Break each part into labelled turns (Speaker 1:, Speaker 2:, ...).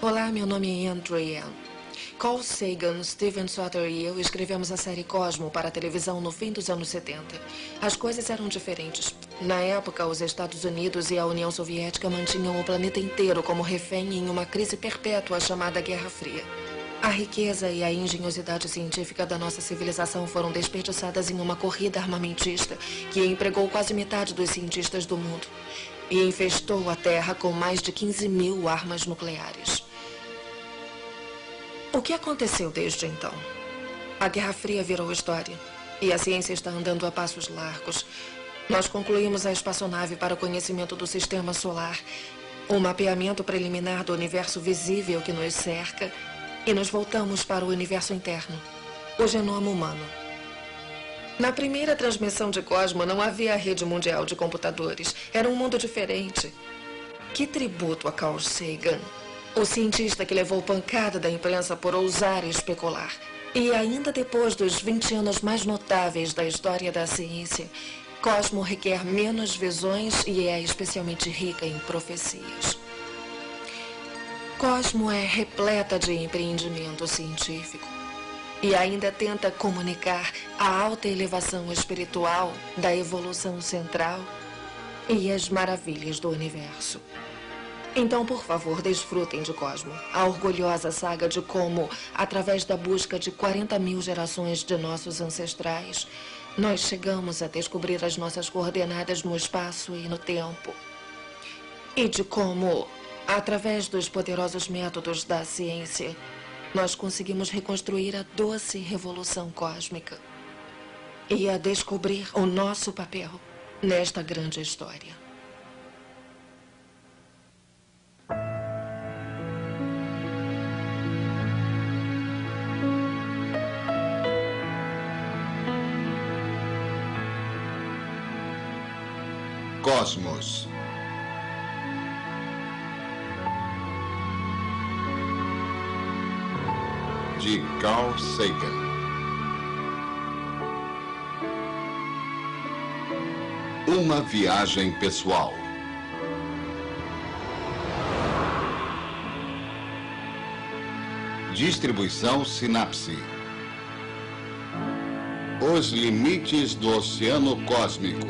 Speaker 1: Olá, meu nome é Andrea. Carl Sagan, Steven Soter e eu escrevemos a série Cosmo para a televisão no fim dos anos 70. As coisas eram diferentes. Na época, os Estados Unidos e a União Soviética mantinham o planeta inteiro como refém em uma crise perpétua chamada Guerra Fria. A riqueza e a engenhosidade científica da nossa civilização foram desperdiçadas em uma corrida armamentista que empregou quase metade dos cientistas do mundo e infestou a Terra com mais de 15 mil armas nucleares. O que aconteceu desde então? A Guerra Fria virou história e a ciência está andando a passos largos. Nós concluímos a espaçonave para o conhecimento do sistema solar, o mapeamento preliminar do universo visível que nos cerca e nos voltamos para o universo interno, o genoma humano. Na primeira transmissão de Cosmo não havia a rede mundial de computadores. Era um mundo diferente. Que tributo a Carl Sagan, o cientista que levou pancada da imprensa por ousar especular. E ainda depois dos 20 anos mais notáveis da história da ciência, Cosmo requer menos visões e é especialmente rica em profecias. Cosmo é repleta de empreendimento científico e ainda tenta comunicar a alta elevação espiritual da evolução central e as maravilhas do universo. Então, por favor, desfrutem de Cosmo, a orgulhosa saga de como, através da busca de 40 mil gerações de nossos ancestrais, nós chegamos a descobrir as nossas coordenadas no espaço e no tempo. E de como, através dos poderosos métodos da ciência, nós conseguimos reconstruir a doce revolução cósmica e a descobrir o nosso papel nesta grande história.
Speaker 2: Cosmos. De Carl Sagan. Uma viagem pessoal. Distribuição Sinapse. Os limites do oceano cósmico.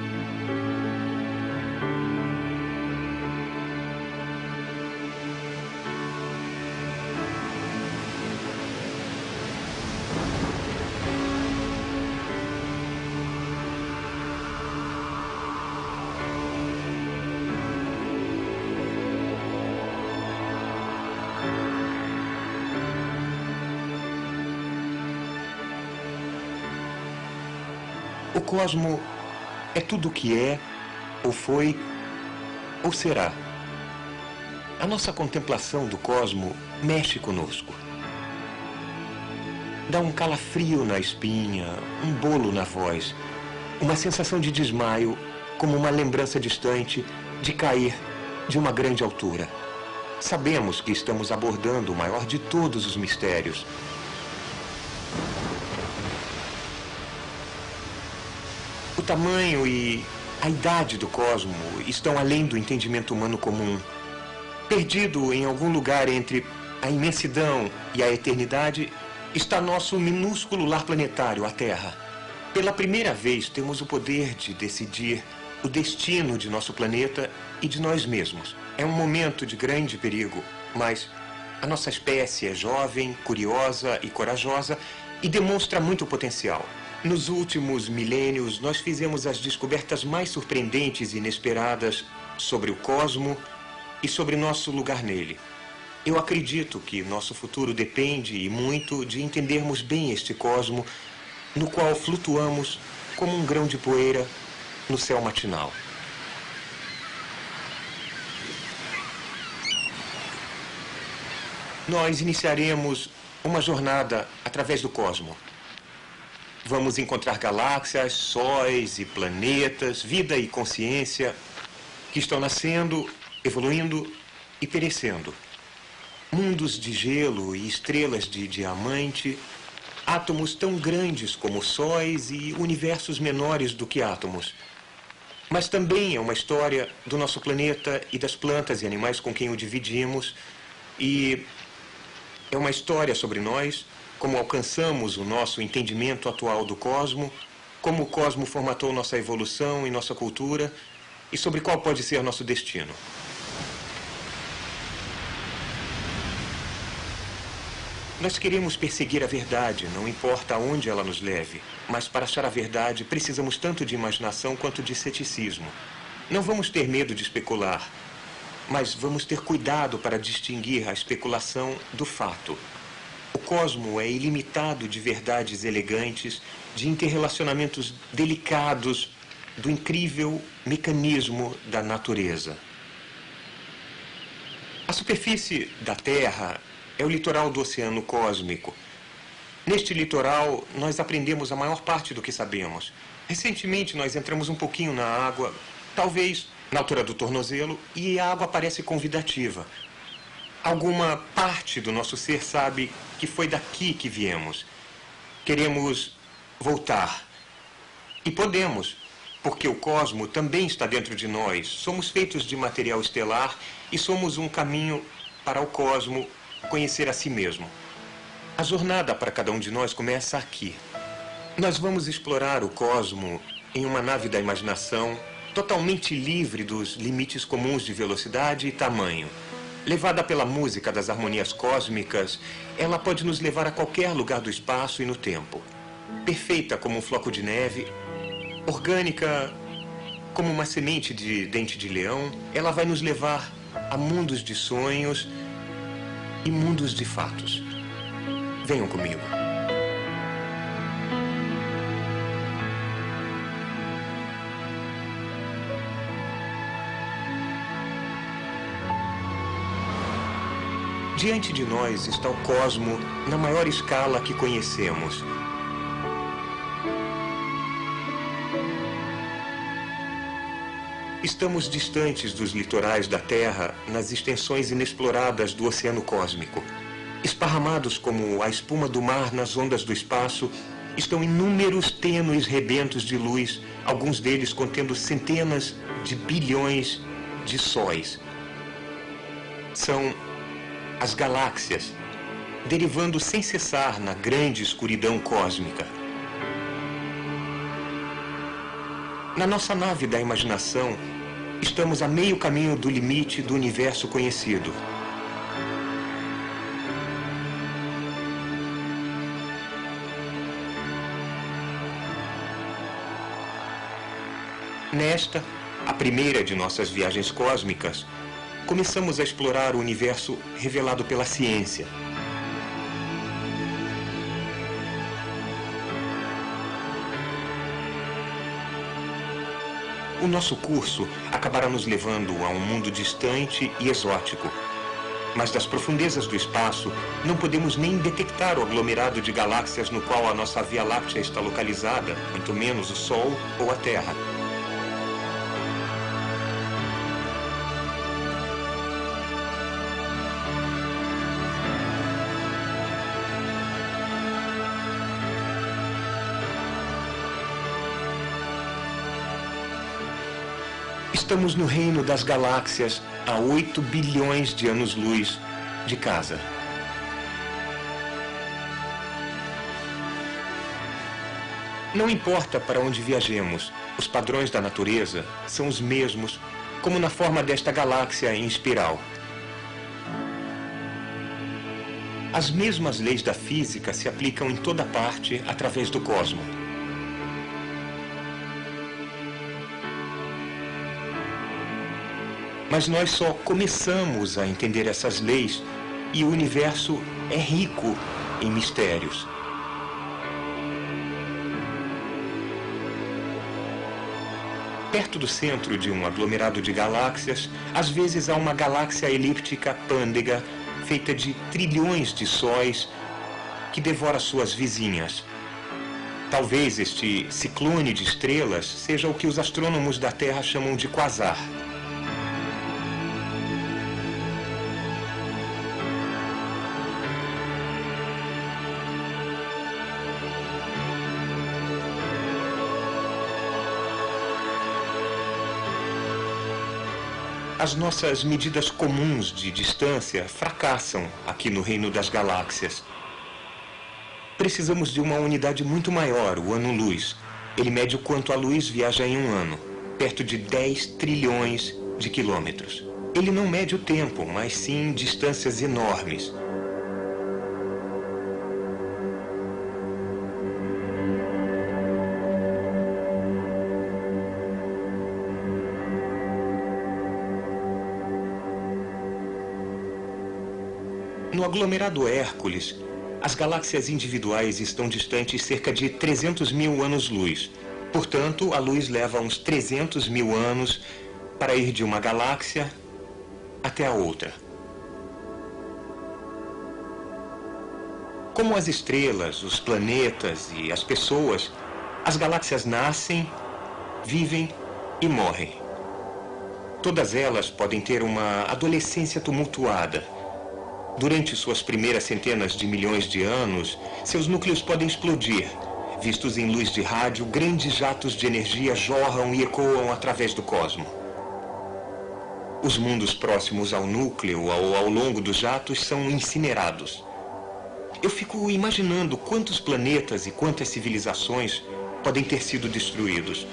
Speaker 3: O cosmo é tudo o que é, ou foi, ou será. A nossa contemplação do cosmo mexe conosco. Dá um calafrio na espinha, um bolo na voz, uma sensação de desmaio, como uma lembrança distante de cair de uma grande altura. Sabemos que estamos abordando o maior de todos os mistérios. O tamanho e a idade do cosmo estão além do entendimento humano comum. Perdido em algum lugar entre a imensidão e a eternidade, está nosso minúsculo lar planetário, a Terra. Pela primeira vez, temos o poder de decidir o destino de nosso planeta e de nós mesmos. É um momento de grande perigo, mas a nossa espécie é jovem, curiosa e corajosa e demonstra muito potencial. Nos últimos milênios, nós fizemos as descobertas mais surpreendentes e inesperadas sobre o cosmo e sobre nosso lugar nele. Eu acredito que nosso futuro depende e muito de entendermos bem este cosmo no qual flutuamos como um grão de poeira no céu matinal. Nós iniciaremos uma jornada através do cosmo. Vamos encontrar galáxias, sóis e planetas, vida e consciência que estão nascendo, evoluindo e perecendo. Mundos de gelo e estrelas de diamante, átomos tão grandes como sóis e universos menores do que átomos. Mas também é uma história do nosso planeta e das plantas e animais com quem o dividimos, E é uma história sobre nós, como alcançamos o nosso entendimento atual do cosmo, como o cosmo formatou nossa evolução e nossa cultura, e sobre qual pode ser nosso destino. Nós queremos perseguir a verdade, não importa aonde ela nos leve. Mas para achar a verdade, precisamos tanto de imaginação quanto de ceticismo. Não vamos ter medo de especular, mas vamos ter cuidado para distinguir a especulação do fato. O cosmo é ilimitado de verdades elegantes, de interrelacionamentos delicados, do incrível mecanismo da natureza. A superfície da Terra é o litoral do oceano cósmico. Neste litoral, nós aprendemos a maior parte do que sabemos. Recentemente, nós entramos um pouquinho na água, talvez na altura do tornozelo, e a água parece convidativa. Alguma parte do nosso ser sabe que foi daqui que viemos. Queremos voltar. E podemos, porque o cosmo também está dentro de nós. Somos feitos de material estelar e somos um caminho para o cosmo conhecer a si mesmo. A jornada para cada um de nós começa aqui. Nós vamos explorar o cosmo em uma nave da imaginação, totalmente livre dos limites comuns de velocidade e tamanho. Levada pela música das harmonias cósmicas, ela pode nos levar a qualquer lugar do espaço e no tempo. Perfeita como um floco de neve, orgânica como uma semente de dente de leão, ela vai nos levar a mundos de sonhos e mundos de fatos. Venham comigo. Diante de nós está o cosmo na maior escala que conhecemos. Estamos distantes dos litorais da Terra, nas extensões inexploradas do oceano cósmico. Esparramados como a espuma do mar nas ondas do espaço, estão inúmeros tênues rebentos de luz, alguns deles contendo centenas de bilhões de sóis. São as galáxias, derivando sem cessar na grande escuridão cósmica. Na nossa nave da imaginação, estamos a meio caminho do limite do universo conhecido. Nesta, a primeira de nossas viagens cósmicas, começamos a explorar o universo revelado pela ciência. O nosso curso acabará nos levando a um mundo distante e exótico. Mas das profundezas do espaço, não podemos nem detectar o aglomerado de galáxias no qual a nossa Via Láctea está localizada, muito menos o Sol ou a Terra. Estamos no reino das galáxias a 8 bilhões de anos-luz de casa. Não importa para onde viajemos, os padrões da natureza são os mesmos, como na forma desta galáxia em espiral. As mesmas leis da física se aplicam em toda parte através do cosmo. Mas nós só começamos a entender essas leis e o universo é rico em mistérios. Perto do centro de um aglomerado de galáxias, às vezes há uma galáxia elíptica pândega feita de trilhões de sóis que devora suas vizinhas. Talvez este ciclone de estrelas seja o que os astrônomos da Terra chamam de quasar. A as nossas medidas comuns de distância fracassam aqui no reino das galáxias. Precisamos de uma unidade muito maior, o ano-luz. Ele mede o quanto a luz viaja em um ano, perto de 10 trilhões de quilômetros. Ele não mede o tempo, mas sim distâncias enormes. No aglomerado Hércules, as galáxias individuais estão distantes cerca de 300 mil anos-luz. Portanto, a luz leva uns 300 mil anos para ir de uma galáxia até a outra. Como as estrelas, os planetas e as pessoas, as galáxias nascem, vivem e morrem. Todas elas podem ter uma adolescência tumultuada. Durante suas primeiras centenas de milhões de anos, seus núcleos podem explodir. Vistos em luz de rádio, grandes jatos de energia jorram e ecoam através do cosmo. Os mundos próximos ao núcleo ou ao longo dos jatos são incinerados. Eu fico imaginando quantos planetas e quantas civilizações podem ter sido destruídos.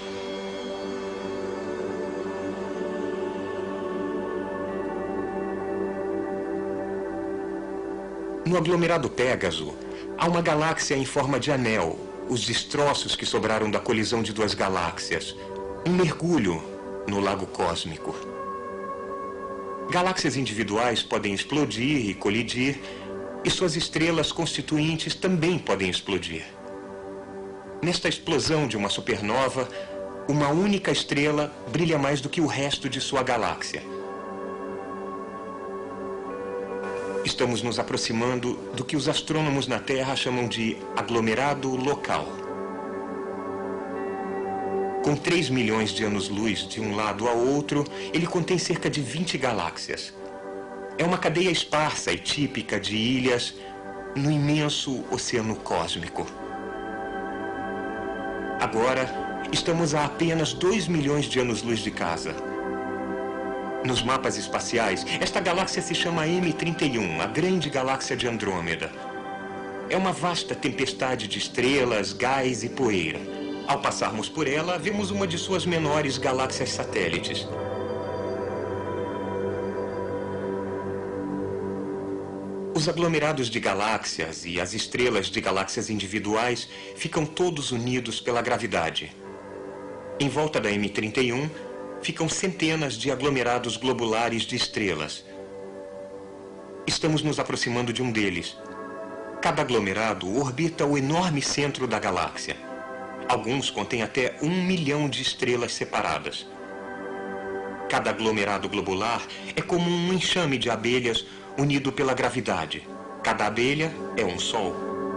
Speaker 3: No aglomerado Pégaso, há uma galáxia em forma de anel, os destroços que sobraram da colisão de duas galáxias. Um mergulho no lago cósmico. Galáxias individuais podem explodir e colidir, e suas estrelas constituintes também podem explodir. Nesta explosão de uma supernova, uma única estrela brilha mais do que o resto de sua galáxia. Estamos nos aproximando do que os astrônomos na Terra chamam de aglomerado local. Com 3 milhões de anos-luz de um lado ao outro, ele contém cerca de 20 galáxias. É uma cadeia esparsa e típica de ilhas no imenso oceano cósmico. Agora, estamos a apenas 2 milhões de anos-luz de casa. Nos mapas espaciais, esta galáxia se chama M31, a grande galáxia de Andrômeda. É uma vasta tempestade de estrelas, gás e poeira. Ao passarmos por ela, vemos uma de suas menores galáxias satélites. Os aglomerados de galáxias e as estrelas de galáxias individuais ficam todos unidos pela gravidade. Em volta da M31, ficam centenas de aglomerados globulares de estrelas. Estamos nos aproximando de um deles. Cada aglomerado orbita o enorme centro da galáxia. Alguns contêm até 1 milhão de estrelas separadas. Cada aglomerado globular é como um enxame de abelhas unido pela gravidade. Cada abelha é um sol.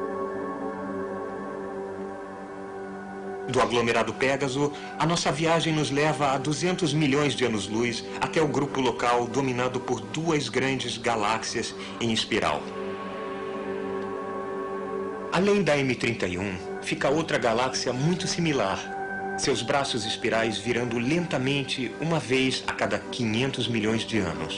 Speaker 3: Do aglomerado Pégaso, a nossa viagem nos leva a 200 milhões de anos-luz até o grupo local dominado por 2 grandes galáxias em espiral. Além da M31, fica outra galáxia muito similar, seus braços espirais virando lentamente uma vez a cada 500 milhões de anos.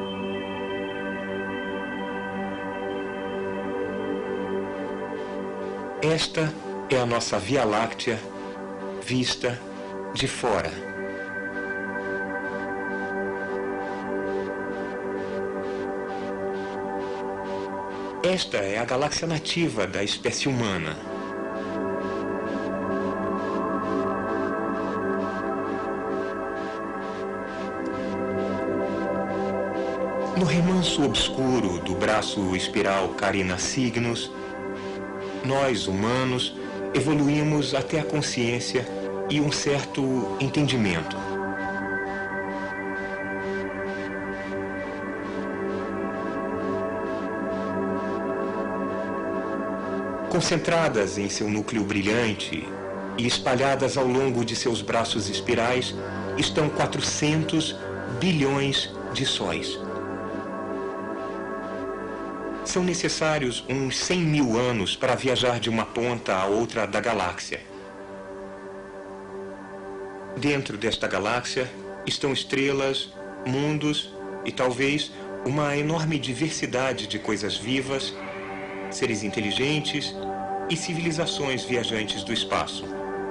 Speaker 3: Esta é a nossa Via Láctea vista de fora. Esta é a galáxia nativa da espécie humana. No remanso obscuro do braço espiral Carina Cygnus, nós, humanos, evoluímos até a consciência e um certo entendimento. Concentradas em seu núcleo brilhante e espalhadas ao longo de seus braços espirais estão 400 bilhões de sóis. São necessários uns 100 mil anos para viajar de uma ponta à outra da galáxia. Dentro desta galáxia estão estrelas mundos e talvez uma enorme diversidade de coisas vivas, seres inteligentes e civilizações viajantes do espaço.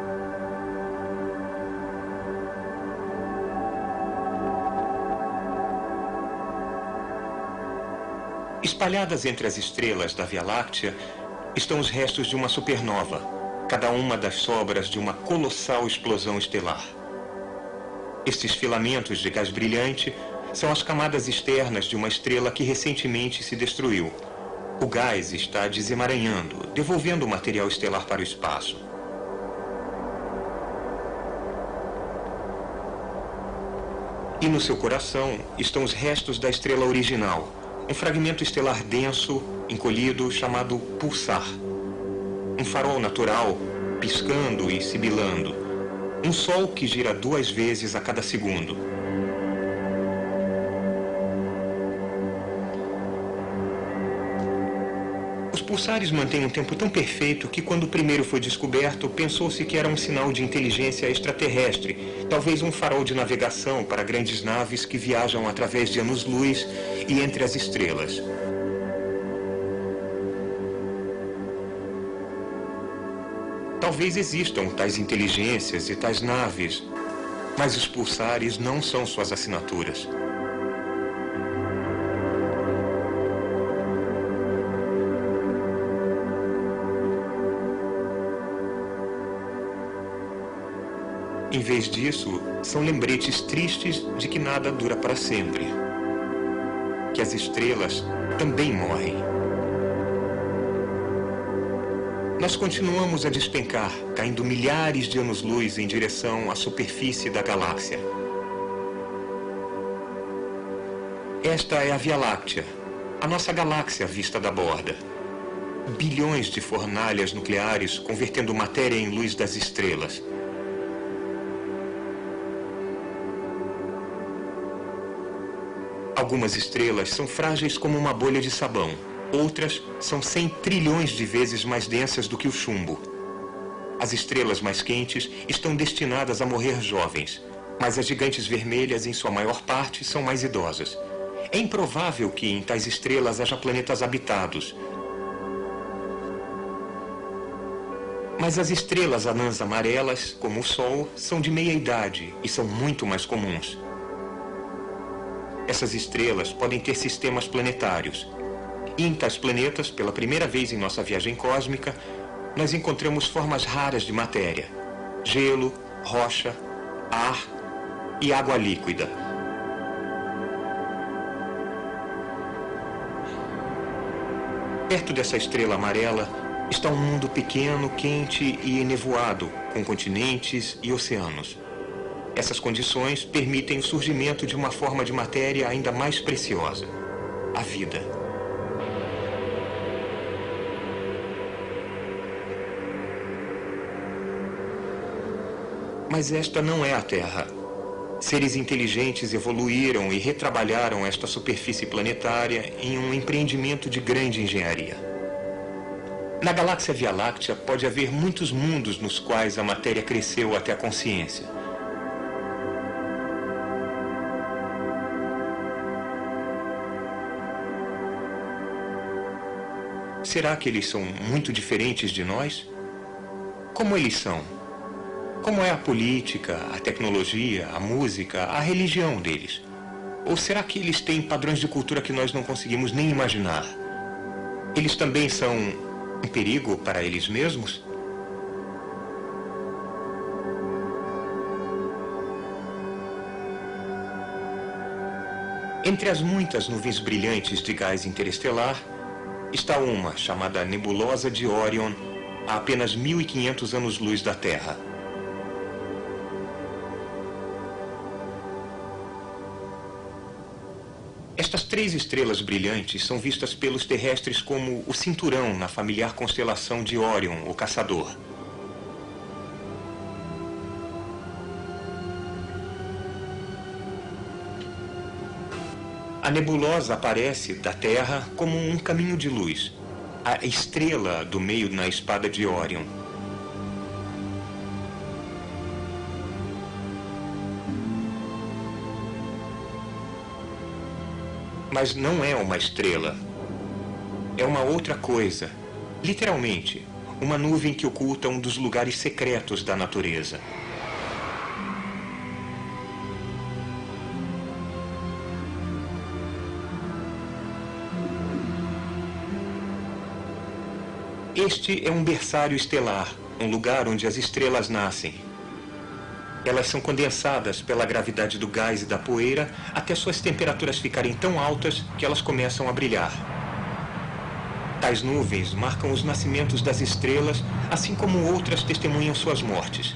Speaker 3: Espalhadas entre as estrelas da Via Láctea estão os restos de uma supernova, cada uma das sobras de uma colossal explosão estelar. Estes filamentos de gás brilhante são as camadas externas de uma estrela que recentemente se destruiu. O gás está desemaranhando, devolvendo o material estelar para o espaço. E no seu coração estão os restos da estrela original, um fragmento estelar denso, encolhido, chamado pulsar. Um farol natural, piscando e sibilando. Um sol que gira 2 vezes a cada segundo. Os pulsares mantêm um tempo tão perfeito que, quando o primeiro foi descoberto, pensou-se que era um sinal de inteligência extraterrestre, talvez um farol de navegação para grandes naves que viajam através de anos-luz e entre as estrelas. Talvez existam tais inteligências e tais naves, mas os pulsares não são suas assinaturas. Em vez disso, são lembretes tristes de que nada dura para sempre. Que as estrelas também morrem. Nós continuamos a despencar, caindo milhares de anos-luz em direção à superfície da galáxia. Esta é a Via Láctea, a nossa galáxia vista da borda. Bilhões de fornalhas nucleares convertendo matéria em luz das estrelas. Algumas estrelas são frágeis como uma bolha de sabão. Outras são 100 trilhões de vezes mais densas do que o chumbo. As estrelas mais quentes estão destinadas a morrer jovens, mas as gigantes vermelhas, em sua maior parte, são mais idosas. É improvável que em tais estrelas haja planetas habitados. Mas as estrelas anãs amarelas, como o Sol, são de meia idade e são muito mais comuns. Essas estrelas podem ter sistemas planetários. E em tais planetas, pela primeira vez em nossa viagem cósmica, nós encontramos formas raras de matéria: gelo, rocha, ar e água líquida. Perto dessa estrela amarela está um mundo pequeno, quente e enevoado, com continentes e oceanos. Essas condições permitem o surgimento de uma forma de matéria ainda mais preciosa: a vida. Mas esta não é a Terra. Seres inteligentes evoluíram e retrabalharam esta superfície planetária em um empreendimento de grande engenharia. Na galáxia Via Láctea pode haver muitos mundos nos quais a matéria cresceu até a consciência. Será que eles são muito diferentes de nós? Como eles são? Como é a política, a tecnologia, a música, a religião deles? Ou será que eles têm padrões de cultura que nós não conseguimos nem imaginar? Eles também são um perigo para eles mesmos? Entre as muitas nuvens brilhantes de gás interestelar, está uma chamada Nebulosa de Orion, a apenas 1.500 anos-luz da Terra. Estas 3 estrelas brilhantes são vistas pelos terrestres como o cinturão na familiar constelação de Orion, o Caçador. A nebulosa aparece da Terra como um caminho de luz, a estrela do meio na espada de Orion. Mas não é uma estrela. É uma outra coisa. Literalmente, uma nuvem que oculta um dos lugares secretos da natureza. Este é um berçário estelar, um lugar onde as estrelas nascem. Elas são condensadas pela gravidade do gás e da poeira até suas temperaturas ficarem tão altas que elas começam a brilhar. Tais nuvens marcam os nascimentos das estrelas, assim como outras testemunham suas mortes.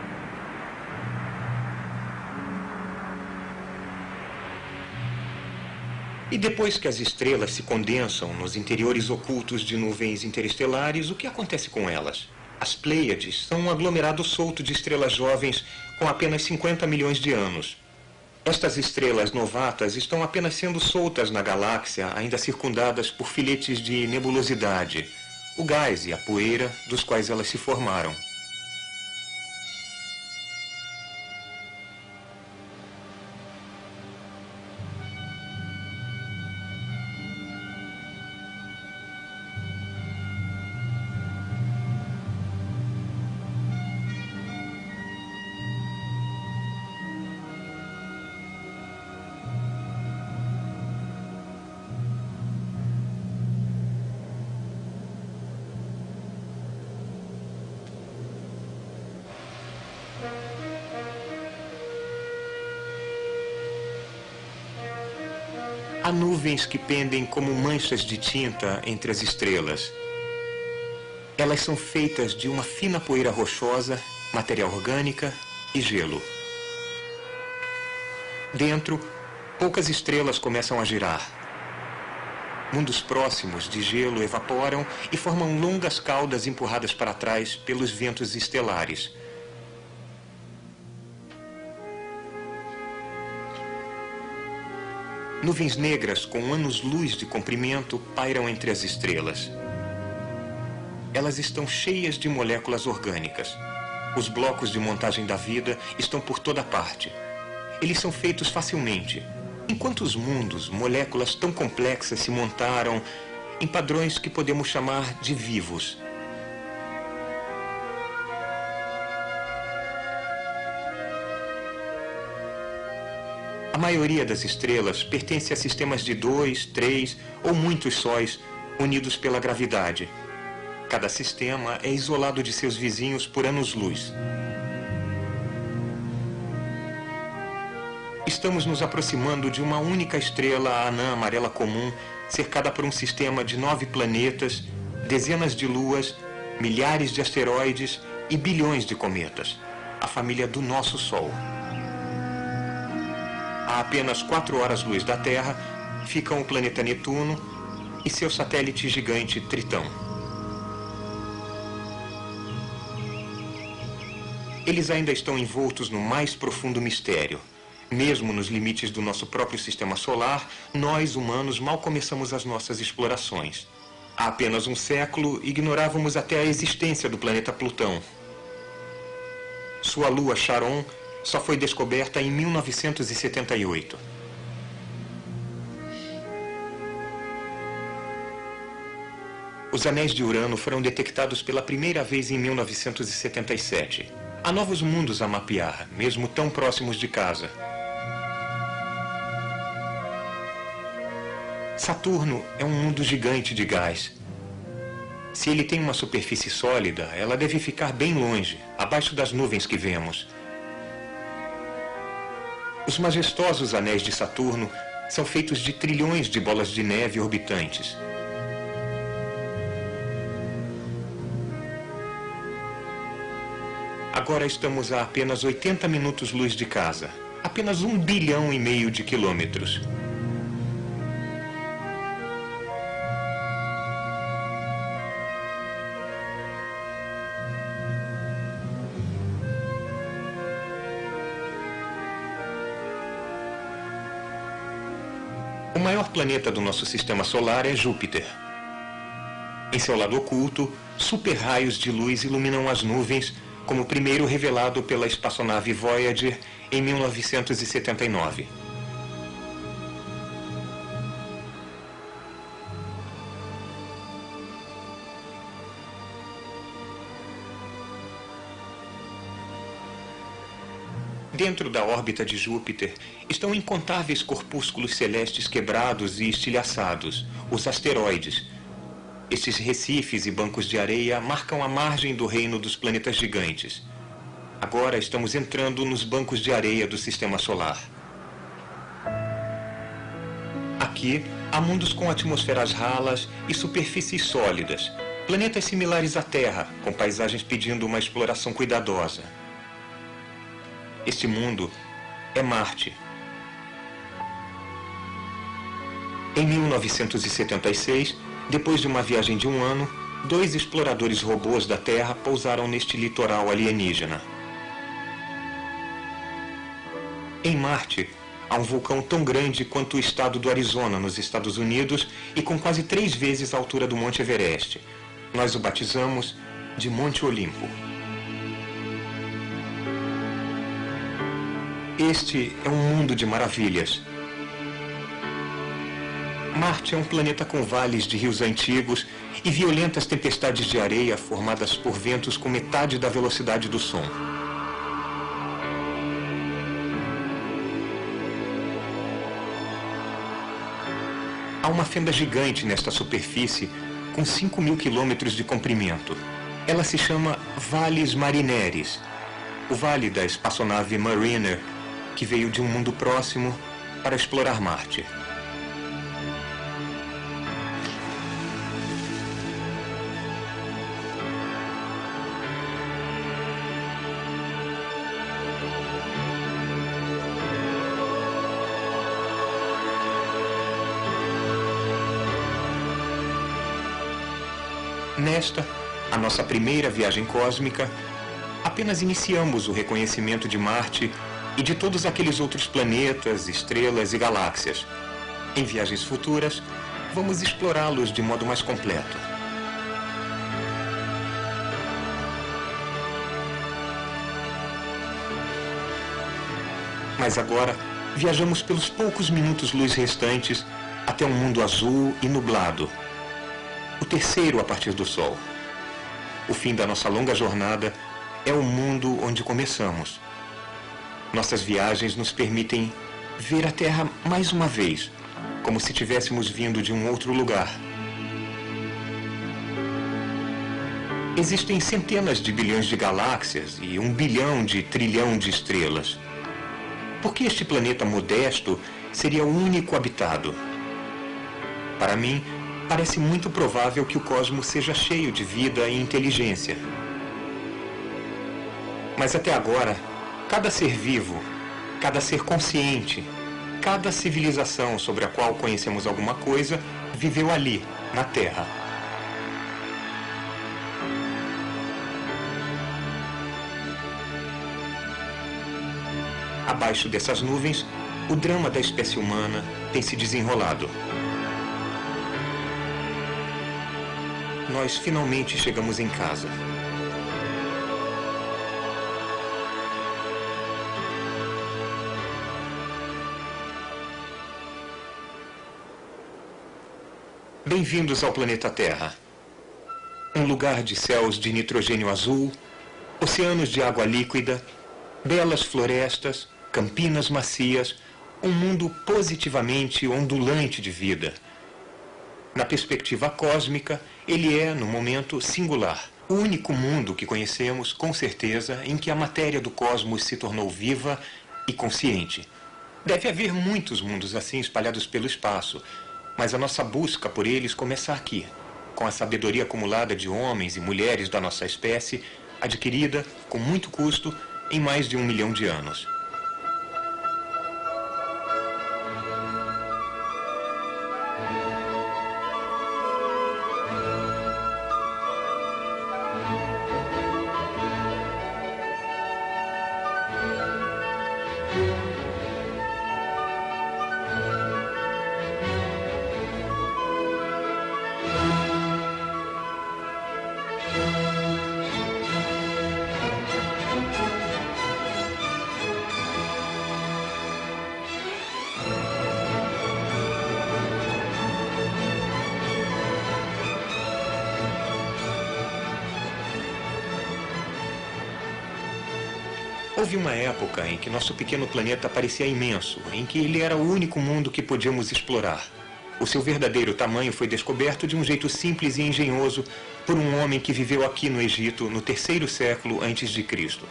Speaker 3: E depois que as estrelas se condensam nos interiores ocultos de nuvens interestelares, o que acontece com elas? As Pleiades são um aglomerado solto de estrelas jovens com apenas 50 milhões de anos. Estas estrelas novatas estão apenas sendo soltas na galáxia, ainda circundadas por filetes de nebulosidade, o gás e a poeira dos quais elas se formaram. Há nuvens que pendem como manchas de tinta entre as estrelas. Elas são feitas de uma fina poeira rochosa, matéria orgânica e gelo. Dentro, poucas estrelas começam a girar. Mundos próximos de gelo evaporam e formam longas caudas empurradas para trás pelos ventos estelares. Nuvens negras com anos-luz de comprimento pairam entre as estrelas. Elas estão cheias de moléculas orgânicas. Os blocos de montagem da vida estão por toda parte. Eles são feitos facilmente. Em quantos mundos moléculas tão complexas se montaram em padrões que podemos chamar de vivos? A maioria das estrelas pertence a sistemas de 2, 3 ou muitos sóis unidos pela gravidade. Cada sistema é isolado de seus vizinhos por anos-luz. Estamos nos aproximando de uma única estrela anã amarela comum, cercada por um sistema de 9 planetas, dezenas de luas, milhares de asteroides e bilhões de cometas. A família do nosso Sol. A apenas 4 horas-luz da Terra ficam o planeta Netuno e seu satélite gigante Tritão. Eles ainda estão envoltos no mais profundo mistério. Mesmo nos limites do nosso próprio sistema solar, nós, humanos, mal começamos as nossas explorações. Há apenas um século, ignorávamos até a existência do planeta Plutão. Sua lua Charon só foi descoberta em 1978. Os anéis de Urano foram detectados pela primeira vez em 1977. Há novos mundos a mapear, mesmo tão próximos de casa. Saturno é um mundo gigante de gás. Se ele tem uma superfície sólida, ela deve ficar bem longe, abaixo das nuvens que vemos. Os majestosos anéis de Saturno são feitos de trilhões de bolas de neve orbitantes. Agora estamos a apenas 80 minutos-luz de casa, apenas 1,5 bilhão de quilômetros. O maior planeta do nosso sistema solar é Júpiter. Em seu lado oculto, super-raios de luz iluminam as nuvens, como o primeiro revelado pela espaçonave Voyager em 1979. Dentro da órbita de Júpiter estão incontáveis corpúsculos celestes quebrados e estilhaçados, os asteroides. Estes recifes e bancos de areia marcam a margem do reino dos planetas gigantes. Agora estamos entrando nos bancos de areia do Sistema Solar. Aqui há mundos com atmosferas ralas e superfícies sólidas, planetas similares à Terra, com paisagens pedindo uma exploração cuidadosa. Este mundo é Marte. Em 1976, depois de uma viagem de um ano, 2 exploradores robôs da Terra pousaram neste litoral alienígena. Em Marte, há um vulcão tão grande quanto o estado do Arizona, nos Estados Unidos, e com quase 3 vezes a altura do Monte Everest. Nós o batizamos de Monte Olimpo. Este é um mundo de maravilhas. Marte é um planeta com vales de rios antigos e violentas tempestades de areia formadas por ventos com metade da velocidade do som. Há uma fenda gigante nesta superfície com 5.000 quilômetros de comprimento. Ela se chama Valles Marineris, o vale da espaçonave Mariner, que veio de um mundo próximo para explorar Marte. Nesta, a nossa primeira viagem cósmica, apenas iniciamos o reconhecimento de Marte e de todos aqueles outros planetas, estrelas e galáxias. Em viagens futuras, vamos explorá-los de modo mais completo. Mas agora, viajamos pelos poucos minutos-luz restantes até um mundo azul e nublado. O terceiro a partir do Sol. O fim da nossa longa jornada é o mundo onde começamos. Nossas viagens nos permitem ver a Terra mais uma vez, como se tivéssemos vindo de um outro lugar. Existem centenas de bilhões de galáxias e 1 bilhão de trilhão de estrelas. Por que este planeta modesto seria o único habitado? Para mim, parece muito provável que o cosmos seja cheio de vida e inteligência. Mas até agora, cada ser vivo, cada ser consciente, cada civilização sobre a qual conhecemos alguma coisa, viveu ali, na Terra. Abaixo dessas nuvens, o drama da espécie humana tem se desenrolado. Nós finalmente chegamos em casa. Bem-vindos ao planeta Terra. Um lugar de céus de nitrogênio azul, oceanos de água líquida, belas florestas, campinas macias, um mundo positivamente ondulante de vida. Na perspectiva cósmica, ele é, no momento, singular. O único mundo que conhecemos, com certeza, em que a matéria do cosmos se tornou viva e consciente. Deve haver muitos mundos assim espalhados pelo espaço, mas a nossa busca por eles começa aqui, com a sabedoria acumulada de homens e mulheres da nossa espécie, adquirida, com muito custo, em mais de 1 milhão de anos. Houve uma época em que nosso pequeno planeta parecia imenso, em que ele era o único mundo que podíamos explorar. O seu verdadeiro tamanho foi descoberto de um jeito simples e engenhoso por um homem que viveu aqui no Egito no 3º século antes de Cristo.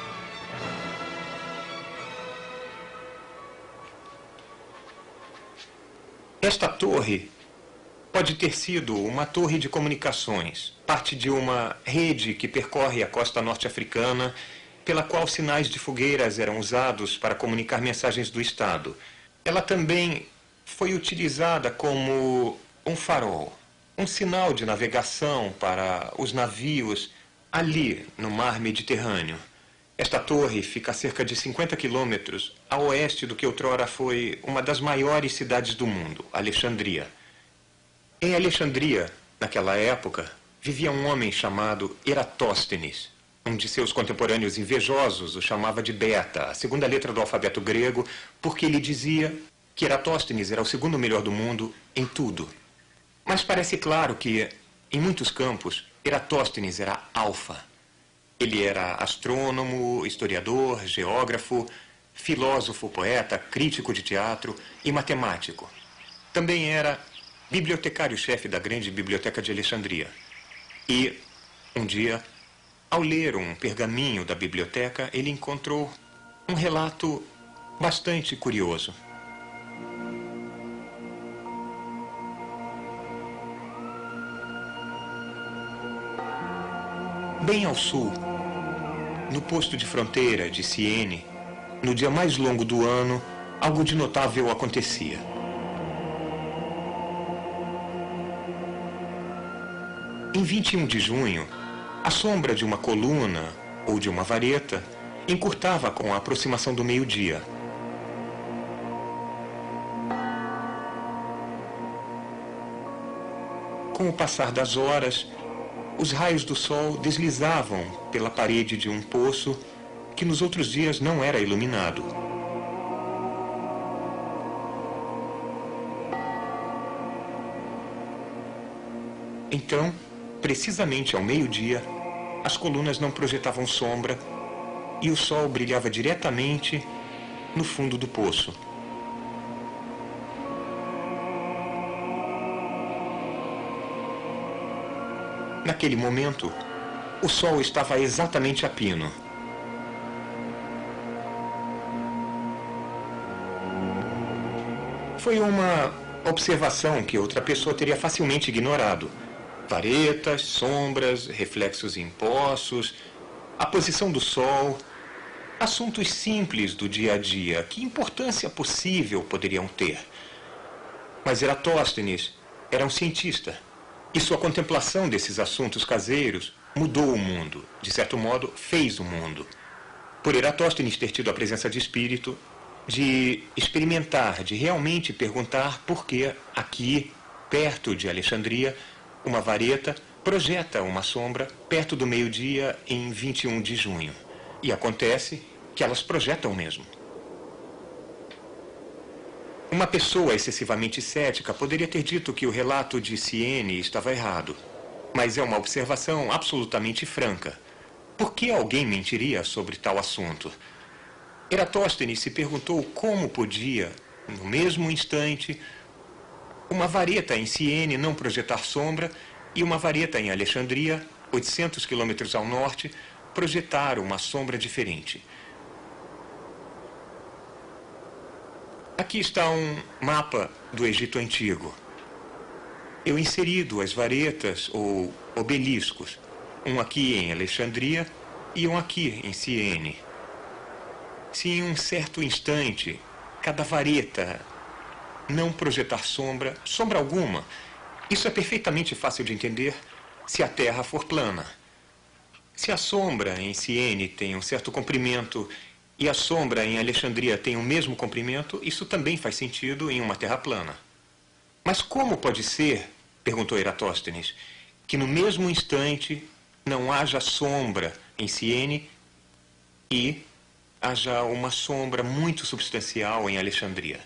Speaker 3: Esta torre pode ter sido uma torre de comunicações, parte de uma rede que percorre a costa norte-africana, pela qual sinais de fogueiras eram usados para comunicar mensagens do Estado. Ela também foi utilizada como um farol, um sinal de navegação para os navios ali no mar Mediterrâneo. Esta torre fica a cerca de 50 quilômetros a oeste do que outrora foi uma das maiores cidades do mundo, Alexandria. Em Alexandria, naquela época, vivia um homem chamado Eratóstenes. Um de seus contemporâneos invejosos o chamava de Beta, a segunda letra do alfabeto grego, porque ele dizia que Eratóstenes era o segundo melhor do mundo em tudo. Mas parece claro que, em muitos campos, Eratóstenes era alfa. Ele era astrônomo, historiador, geógrafo, filósofo, poeta, crítico de teatro e matemático. Também era bibliotecário-chefe da grande biblioteca de Alexandria. E, um dia, ao ler um pergaminho da biblioteca, ele encontrou um relato bastante curioso. Bem ao sul, no posto de fronteira de Siene, no dia mais longo do ano, algo de notável acontecia. Em 21 de junho, a sombra de uma coluna ou de uma vareta encurtava com a aproximação do meio-dia. Com o passar das horas, os raios do sol deslizavam pela parede de um poço que nos outros dias não era iluminado. Então, precisamente ao meio-dia, as colunas não projetavam sombra e o sol brilhava diretamente no fundo do poço. Naquele momento, o sol estava exatamente a pino. Foi uma observação que outra pessoa teria facilmente ignorado. Varetas, sombras, reflexos em poços, a posição do sol, assuntos simples do dia a dia. Que importância possível poderiam ter? Mas Eratóstenes era um cientista. E sua contemplação desses assuntos caseiros mudou o mundo. De certo modo, fez o mundo. Por Eratóstenes ter tido a presença de espírito, de experimentar, de realmente perguntar por que aqui, perto de Alexandria, uma vareta projeta uma sombra perto do meio-dia em 21 de junho. E acontece que elas projetam mesmo. Uma pessoa excessivamente cética poderia ter dito que o relato de Siene estava errado. Mas é uma observação absolutamente franca. Por que alguém mentiria sobre tal assunto? Eratóstenes se perguntou como podia, no mesmo instante, uma vareta em Siene não projetar sombra e uma vareta em Alexandria, 800 quilômetros ao norte, projetar uma sombra diferente. Aqui está um mapa do Egito Antigo. Eu inseri duas varetas ou obeliscos, um aqui em Alexandria e um aqui em Siene. Se em um certo instante cada vareta não projetar sombra, sombra alguma, isso é perfeitamente fácil de entender se a Terra for plana. Se a sombra em Siene tem um certo comprimento e a sombra em Alexandria tem o mesmo comprimento, isso também faz sentido em uma Terra plana. Mas como pode ser, perguntou Eratóstenes, que no mesmo instante não haja sombra em Siene e haja uma sombra muito substancial em Alexandria?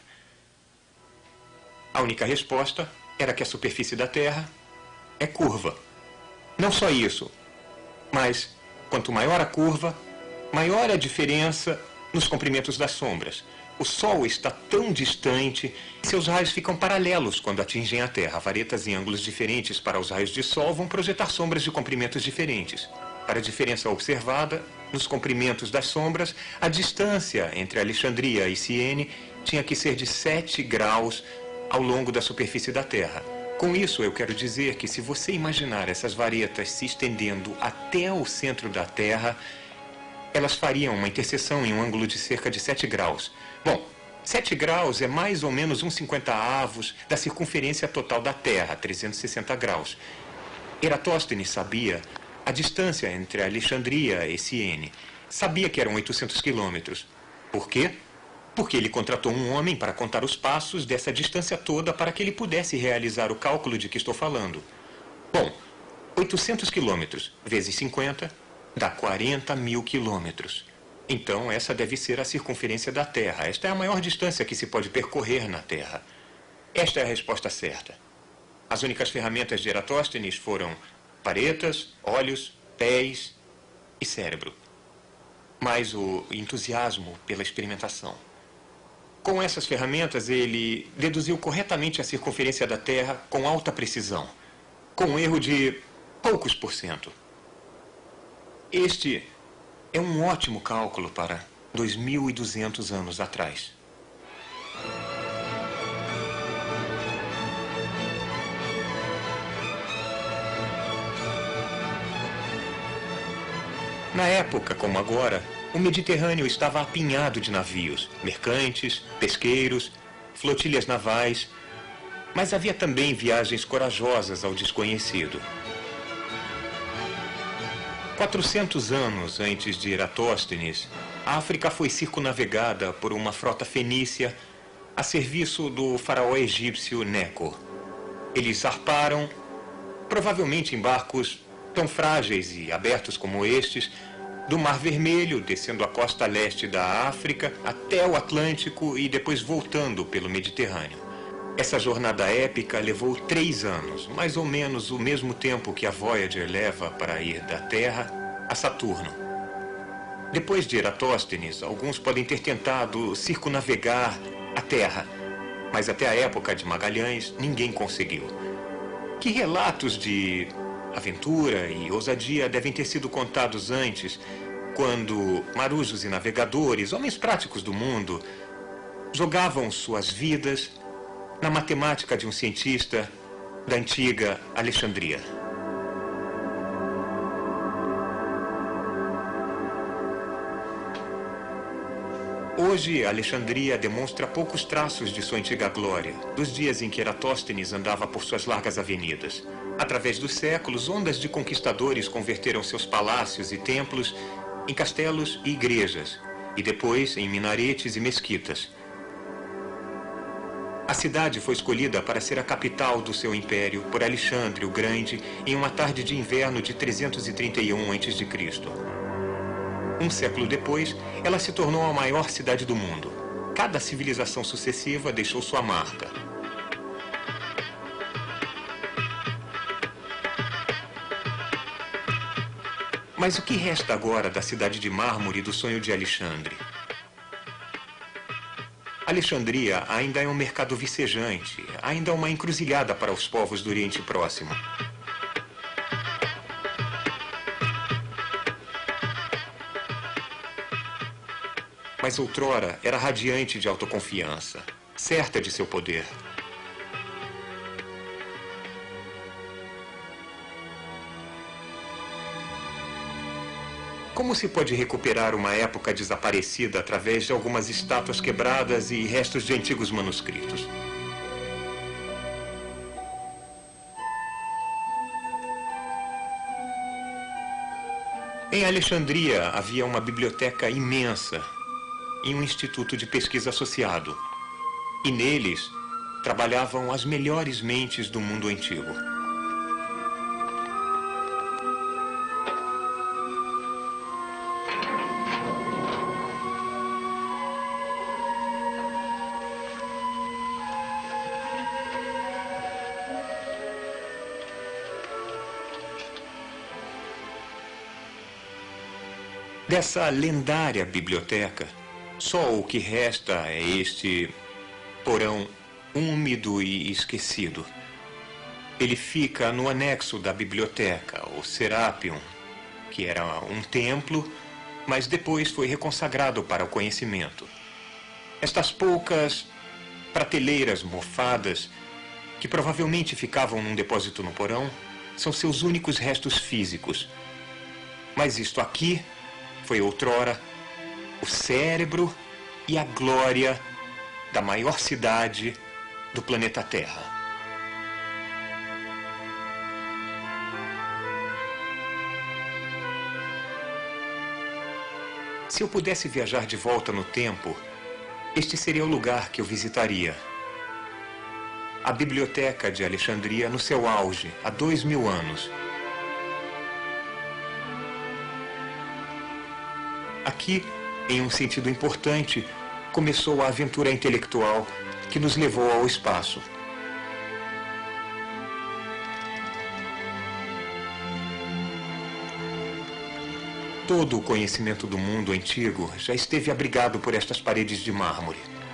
Speaker 3: A única resposta era que a superfície da Terra é curva. Não só isso, mas quanto maior a curva, maior é a diferença nos comprimentos das sombras. O Sol está tão distante, seus raios ficam paralelos quando atingem a Terra. Varetas em ângulos diferentes para os raios de Sol vão projetar sombras de comprimentos diferentes. Para a diferença observada, nos comprimentos das sombras, a distância entre Alexandria e Siene tinha que ser de 7 graus ao longo da superfície da Terra. Com isso, eu quero dizer que se você imaginar essas varetas se estendendo até o centro da Terra, elas fariam uma interseção em um ângulo de cerca de 7 graus. Bom, 7 graus é mais ou menos 1/50 da circunferência total da Terra, 360 graus. Eratóstenes sabia a distância entre Alexandria e Siene. Sabia que eram 800 quilômetros. Por quê? Porque ele contratou um homem para contar os passos dessa distância toda para que ele pudesse realizar o cálculo de que estou falando. Bom, 800 quilômetros vezes 50 dá 40.000 quilômetros. Então, essa deve ser a circunferência da Terra. Esta é a maior distância que se pode percorrer na Terra. Esta é a resposta certa. As únicas ferramentas de Eratóstenes foram varetas, olhos, pés e cérebro. Mais o entusiasmo pela experimentação. Com essas ferramentas, ele deduziu corretamente a circunferência da Terra com alta precisão, com um erro de poucos %. Este é um ótimo cálculo para 2.200 anos atrás. Na época, como agora, o Mediterrâneo estava apinhado de navios, mercantes, pesqueiros, flotilhas navais, mas havia também viagens corajosas ao desconhecido. 400 anos antes de Eratóstenes, a África foi circunnavegada por uma frota fenícia a serviço do faraó egípcio Neco. Eles zarparam, provavelmente em barcos tão frágeis e abertos como estes, do Mar Vermelho, descendo a costa leste da África até o Atlântico e depois voltando pelo Mediterrâneo. Essa jornada épica levou 3 anos, mais ou menos o mesmo tempo que a Voyager leva para ir da Terra a Saturno. Depois de Eratóstenes, alguns podem ter tentado circunnavegar a Terra, mas até a época de Magalhães ninguém conseguiu. Que relatos de aventura e ousadia devem ter sido contados antes, quando marujos e navegadores, homens práticos do mundo, jogavam suas vidas na matemática de um cientista da antiga Alexandria. Hoje, Alexandria demonstra poucos traços de sua antiga glória, dos dias em que Eratóstenes andava por suas largas avenidas. Através dos séculos, ondas de conquistadores converteram seus palácios e templos em castelos e igrejas, e depois em minaretes e mesquitas. A cidade foi escolhida para ser a capital do seu império por Alexandre o Grande em uma tarde de inverno de 331 a.C. Um século depois, ela se tornou a maior cidade do mundo. Cada civilização sucessiva deixou sua marca. Mas o que resta agora da cidade de mármore do sonho de Alexandre? Alexandria ainda é um mercado vicejante, ainda é uma encruzilhada para os povos do Oriente Próximo. Mas outrora era radiante de autoconfiança, certa de seu poder. Como se pode recuperar uma época desaparecida através de algumas estátuas quebradas e restos de antigos manuscritos? Em Alexandria havia uma biblioteca imensa e um instituto de pesquisa associado. E neles trabalhavam as melhores mentes do mundo antigo. Dessa lendária biblioteca, só o que resta é este porão úmido e esquecido. Ele fica no anexo da biblioteca, o Serapeum, que era um templo, mas depois foi reconsagrado para o conhecimento. Estas poucas prateleiras mofadas, que provavelmente ficavam num depósito no porão, são seus únicos restos físicos. Mas isto aqui foi outrora o cérebro e a glória da maior cidade do planeta Terra. Se eu pudesse viajar de volta no tempo, este seria o lugar que eu visitaria. A Biblioteca de Alexandria no seu auge, há 2000 anos. Aqui, em um sentido importante, começou a aventura intelectual que nos levou ao espaço. Todo o conhecimento do mundo antigo já esteve abrigado por estas paredes de mármore.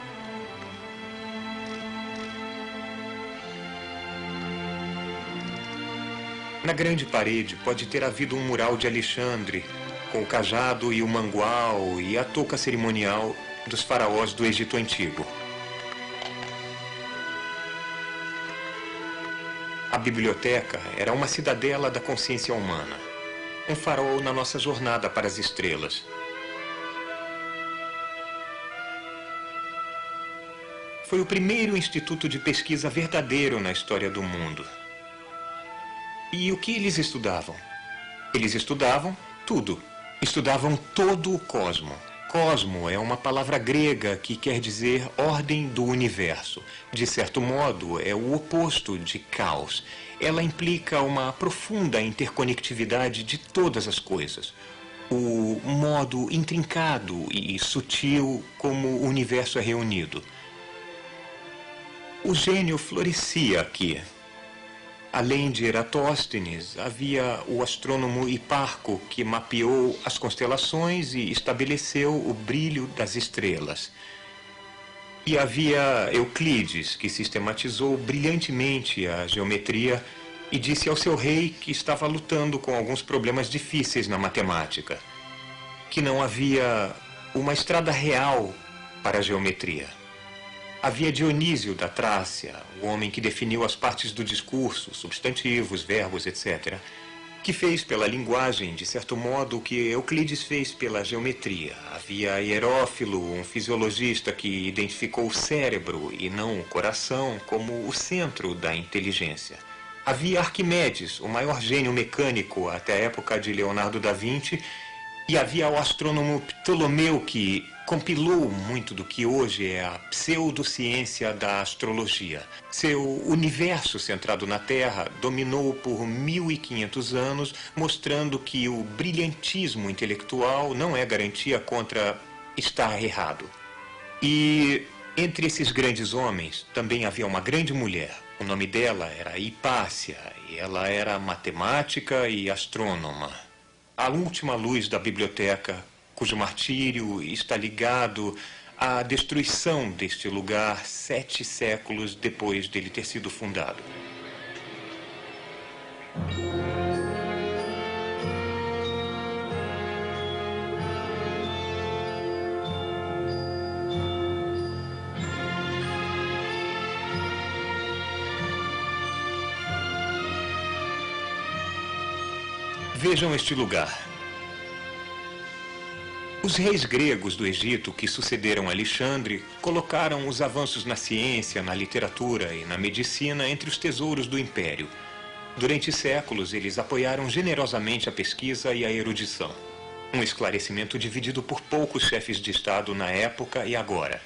Speaker 3: Na grande parede pode ter havido um mural de Alexandre, com o cajado e o mangual e a touca cerimonial dos faraós do Egito Antigo. A biblioteca era uma cidadela da consciência humana, um farol na nossa jornada para as estrelas. Foi o primeiro instituto de pesquisa verdadeiro na história do mundo. E o que eles estudavam? Eles estudavam tudo. Estudavam todo o cosmo. Cosmo é uma palavra grega que quer dizer ordem do universo. De certo modo, é o oposto de caos. Ela implica uma profunda interconectividade de todas as coisas. O modo intrincado e sutil como o universo é reunido. O gênio florescia aqui. Além de Eratóstenes, havia o astrônomo Hiparco, que mapeou as constelações e estabeleceu o brilho das estrelas. E havia Euclides, que sistematizou brilhantemente a geometria e disse ao seu rei que estava lutando com alguns problemas difíceis na matemática, que não havia uma estrada real para a geometria. Havia Dionísio da Trácia, o homem que definiu as partes do discurso, substantivos, verbos, etc., que fez pela linguagem, de certo modo, o que Euclides fez pela geometria. Havia Hierófilo, um fisiologista que identificou o cérebro e não o coração como o centro da inteligência. Havia Arquimedes, o maior gênio mecânico até a época de Leonardo da Vinci, e havia o astrônomo Ptolomeu, que compilou muito do que hoje é a pseudociência da astrologia. Seu universo centrado na Terra dominou por 1500 anos, mostrando que o brilhantismo intelectual não é garantia contra estar errado. E entre esses grandes homens também havia uma grande mulher. O nome dela era Hipácia, e ela era matemática e astrônoma. A última luz da biblioteca, cujo martírio está ligado à destruição deste lugar 7 séculos depois dele ter sido fundado. Vejam este lugar. Os reis gregos do Egito que sucederam Alexandre colocaram os avanços na ciência, na literatura e na medicina entre os tesouros do império. Durante séculos, eles apoiaram generosamente a pesquisa e a erudição. Um esclarecimento dividido por poucos chefes de Estado na época e agora.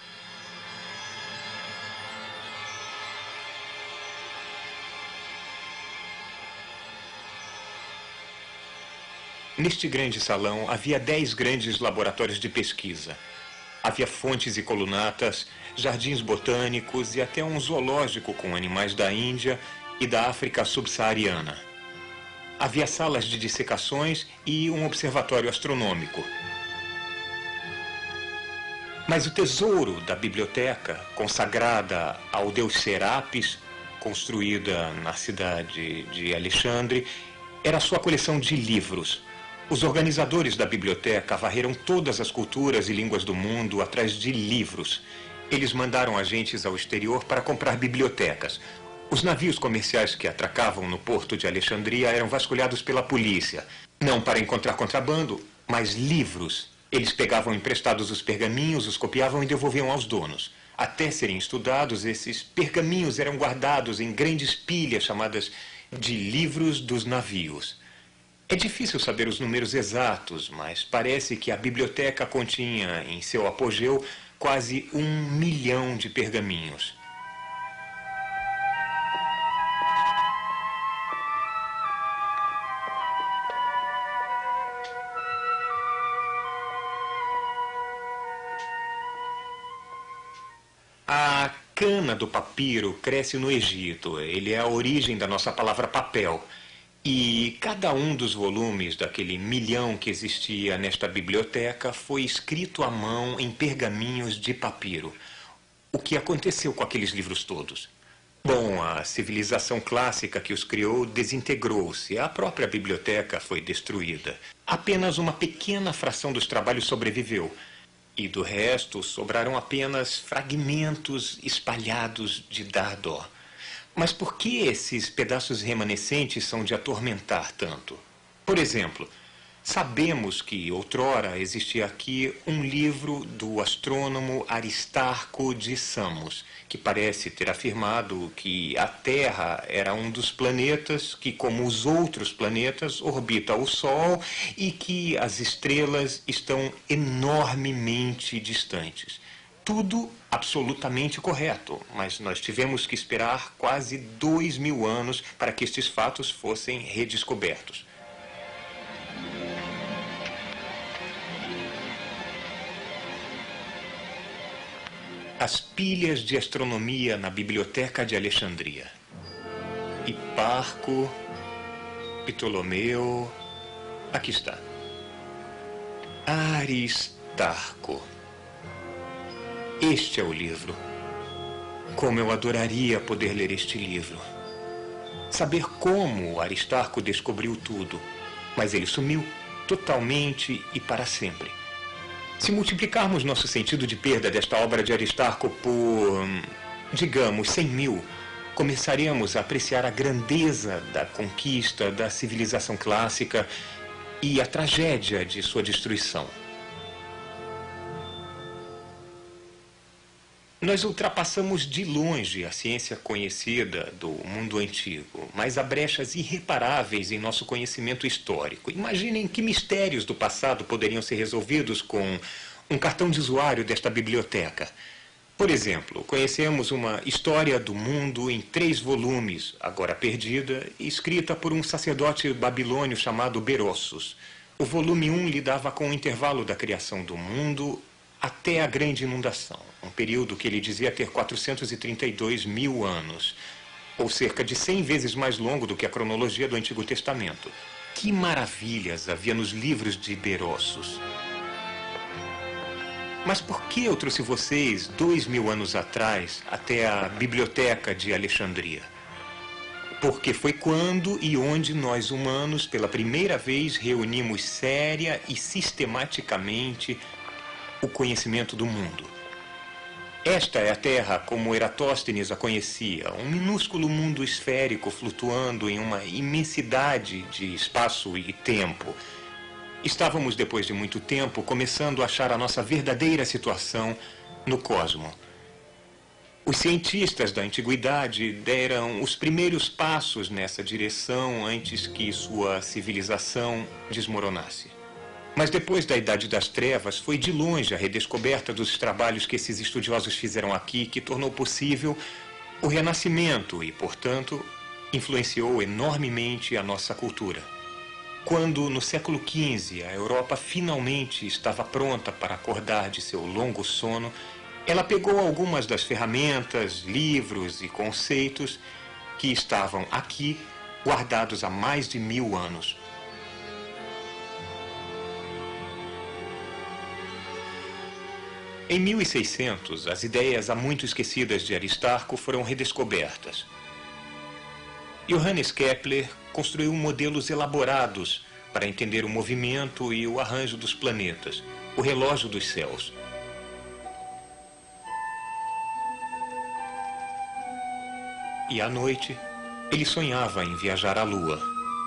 Speaker 3: Neste grande salão havia 10 grandes laboratórios de pesquisa. Havia fontes e colunatas, jardins botânicos e até um zoológico com animais da Índia e da África subsaariana. Havia salas de dissecações e um observatório astronômico. Mas o tesouro da biblioteca, consagrada ao deus Serapis, construída na cidade de Alexandre, era a sua coleção de livros. Os organizadores da biblioteca varreram todas as culturas e línguas do mundo atrás de livros. Eles mandaram agentes ao exterior para comprar bibliotecas. Os navios comerciais que atracavam no porto de Alexandria eram vasculhados pela polícia, não para encontrar contrabando, mas livros. Eles pegavam emprestados os pergaminhos, os copiavam e devolviam aos donos. Até serem estudados, esses pergaminhos eram guardados em grandes pilhas chamadas de livros dos navios. É difícil saber os números exatos, mas parece que a biblioteca continha, em seu apogeu, quase 1 milhão de pergaminhos. A cana do papiro cresce no Egito. Ele é a origem da nossa palavra papel. E cada um dos volumes daquele 1 milhão que existia nesta biblioteca foi escrito à mão em pergaminhos de papiro. O que aconteceu com aqueles livros todos? Bom, a civilização clássica que os criou desintegrou-se. A própria biblioteca foi destruída. Apenas uma pequena fração dos trabalhos sobreviveu. E do resto sobraram apenas fragmentos espalhados de dar dó. Mas por que esses pedaços remanescentes são de atormentar tanto? Por exemplo, sabemos que outrora existia aqui um livro do astrônomo Aristarco de Samos, que parece ter afirmado que a Terra era um dos planetas que, como os outros planetas, orbita o Sol e que as estrelas estão enormemente distantes. Tudo absolutamente correto, mas nós tivemos que esperar quase 2000 anos para que estes fatos fossem redescobertos. As pilhas de astronomia na Biblioteca de Alexandria. Hiparco, Ptolomeu, aqui está. Aristarco. Este é o livro. Como eu adoraria poder ler este livro. Saber como Aristarco descobriu tudo. Mas ele sumiu totalmente e para sempre. Se multiplicarmos nosso sentido de perda desta obra de Aristarco por, digamos, 100.000, começaremos a apreciar a grandeza da conquista da civilização clássica e a tragédia de sua destruição. Nós ultrapassamos de longe a ciência conhecida do mundo antigo, mas há brechas irreparáveis em nosso conhecimento histórico. Imaginem que mistérios do passado poderiam ser resolvidos com um cartão de usuário desta biblioteca. Por exemplo, conhecemos uma história do mundo em 3 volumes, agora perdida, escrita por um sacerdote babilônio chamado Berossus. O volume 1 lidava com o intervalo da criação do mundo até a grande inundação, um período que ele dizia ter 432.000 anos, ou cerca de 100 vezes mais longo do que a cronologia do Antigo Testamento. Que maravilhas havia nos livros de Berossus! Mas por que eu trouxe vocês 2000 anos atrás até a Biblioteca de Alexandria? Porque foi quando e onde nós humanos, pela primeira vez, reunimos séria e sistematicamente o conhecimento do mundo. Esta é a Terra como Eratóstenes a conhecia, um minúsculo mundo esférico flutuando em uma imensidade de espaço e tempo. Estávamos, depois de muito tempo, começando a achar a nossa verdadeira situação no cosmo. Os cientistas da antiguidade deram os primeiros passos nessa direção antes que sua civilização desmoronasse. Mas depois da Idade das Trevas, foi de longe a redescoberta dos trabalhos que esses estudiosos fizeram aqui que tornou possível o Renascimento e, portanto, influenciou enormemente a nossa cultura. Quando, no século XV, a Europa finalmente estava pronta para acordar de seu longo sono, ela pegou algumas das ferramentas, livros e conceitos que estavam aqui guardados há mais de 1000 anos. Em 1600, as ideias há muito esquecidas de Aristarco foram redescobertas. Johannes Kepler construiu modelos elaborados para entender o movimento e o arranjo dos planetas, o relógio dos céus. E à noite, ele sonhava em viajar à Lua.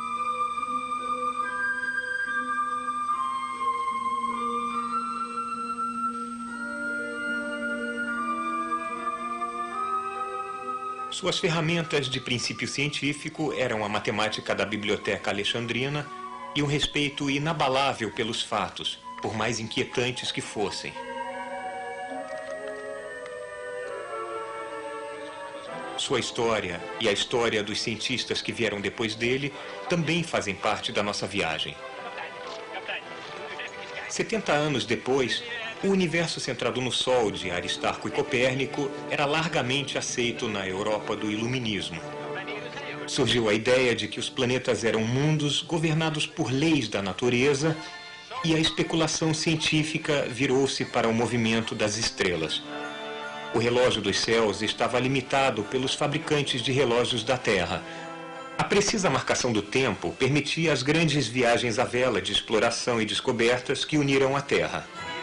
Speaker 3: Suas ferramentas de princípio científico eram a matemática da Biblioteca Alexandrina e um respeito inabalável pelos fatos, por mais inquietantes que fossem. Sua história e a história dos cientistas que vieram depois dele também fazem parte da nossa viagem. 70 anos depois, o universo centrado no Sol de Aristarco e Copérnico era largamente aceito na Europa do Iluminismo. Surgiu a ideia de que os planetas eram mundos governados por leis da natureza e a especulação científica virou-se para o movimento das estrelas. O relógio dos céus estava limitado pelos fabricantes de relógios da Terra. A precisa marcação do tempo permitia as grandes viagens à vela de exploração e descobertas que uniram a Terra.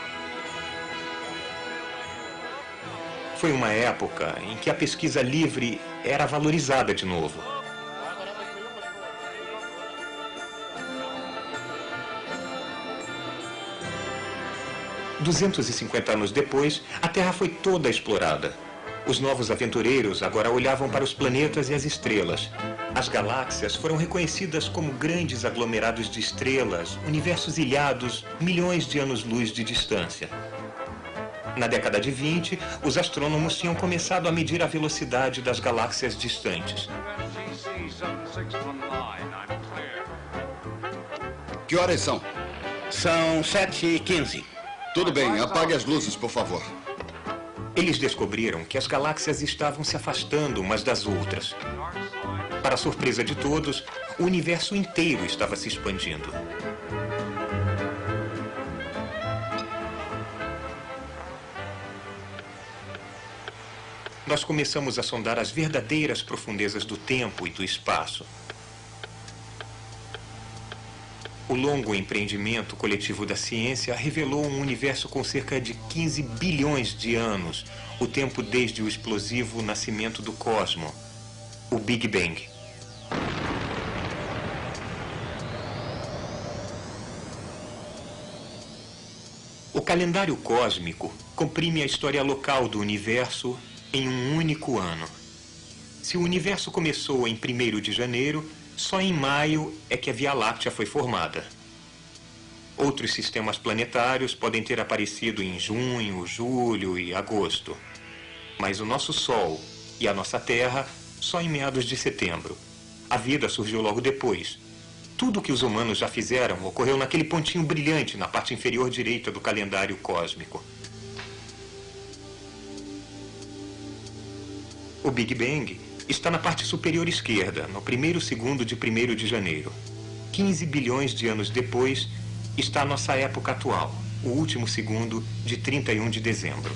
Speaker 3: Foi uma época em que a pesquisa livre era valorizada de novo. "250 anos depois, a Terra foi toda explorada. Os novos aventureiros agora olhavam para os planetas e as estrelas. As galáxias foram reconhecidas como grandes aglomerados de estrelas, universos ilhados, milhões de anos-luz de distância. Na década de 20, os astrônomos tinham começado a medir a velocidade das galáxias distantes.
Speaker 2: Que horas são?
Speaker 4: São 7h15.
Speaker 2: Tudo bem, apague as luzes, por favor.
Speaker 3: Eles descobriram que as galáxias estavam se afastando umas das outras. Para a surpresa de todos, o universo inteiro estava se expandindo. Nós começamos a sondar as verdadeiras profundezas do tempo e do espaço. O longo empreendimento coletivo da ciência revelou um universo com cerca de 15 bilhões de anos, o tempo desde o explosivo nascimento do cosmo, o Big Bang. O calendário cósmico comprime a história local do universo em um único ano. Se o universo começou em 1º de janeiro, só em maio é que a Via Láctea foi formada. Outros sistemas planetários podem ter aparecido em junho, julho e agosto. Mas o nosso Sol e a nossa Terra só em meados de setembro. A vida surgiu logo depois. Tudo o que os humanos já fizeram ocorreu naquele pontinho brilhante na parte inferior direita do calendário cósmico. O Big Bang está na parte superior esquerda, no 1º segundo de 1º de janeiro. 15 bilhões de anos depois está a nossa época atual, o último segundo de 31 de dezembro.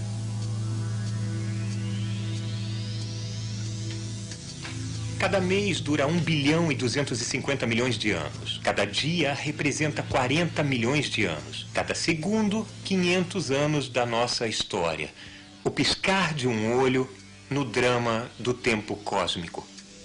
Speaker 3: Cada mês dura 1 bilhão e 250 milhões de anos. Cada dia representa 40 milhões de anos. Cada segundo, 500 anos da nossa história. O piscar de um olho no drama do tempo cósmico.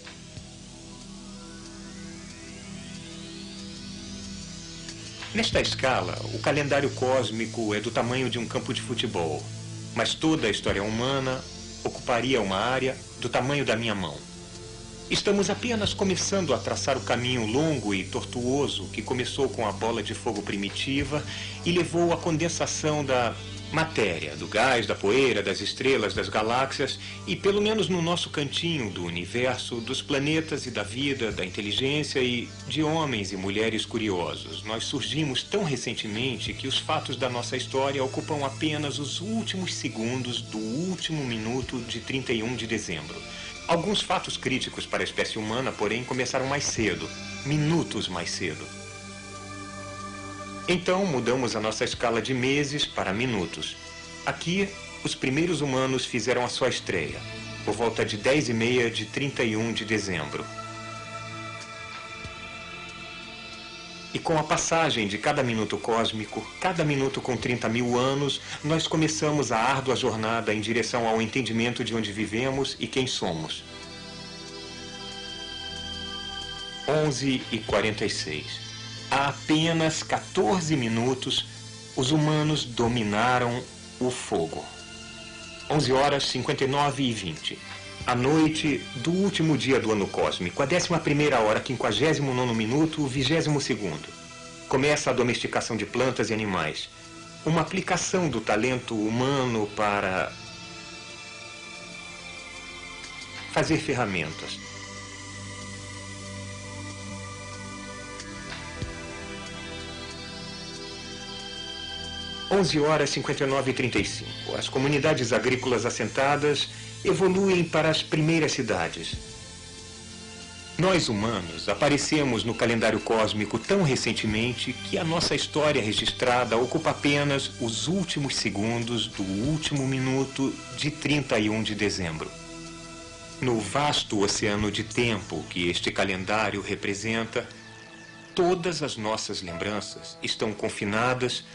Speaker 3: Nesta escala, o calendário cósmico é do tamanho de um campo de futebol, mas toda a história humana ocuparia uma área do tamanho da minha mão. Estamos apenas começando a traçar o caminho longo e tortuoso que começou com a bola de fogo primitiva e levou à condensação da matéria, do gás, da poeira, das estrelas, das galáxias e, pelo menos no nosso cantinho do universo, dos planetas e da vida, da inteligência e de homens e mulheres curiosos. Nós surgimos tão recentemente que os fatos da nossa história ocupam apenas os últimos segundos do último minuto de 31 de dezembro. Alguns fatos críticos para a espécie humana, porém, começaram mais cedo, minutos mais cedo. Então, mudamos a nossa escala de meses para minutos. Aqui, os primeiros humanos fizeram a sua estreia, por volta de 10h30 de 31 de dezembro. E com a passagem de cada minuto cósmico, cada minuto com 30 mil anos, nós começamos a árdua jornada em direção ao entendimento de onde vivemos e quem somos. 11h46. Há apenas 14 minutos, os humanos dominaram o fogo. 11h59:20. A noite do último dia do ano cósmico, a 11ª hora, 59º minuto, 20º. Começa a domesticação de plantas e animais. Uma aplicação do talento humano para fazer ferramentas. 11h59:35. As comunidades agrícolas assentadas evoluem para as primeiras cidades. Nós, humanos, aparecemos no calendário cósmico tão recentemente que a nossa história registrada ocupa apenas os últimos segundos do último minuto de 31 de dezembro. No vasto oceano de tempo que este calendário representa, todas as nossas lembranças estão confinadas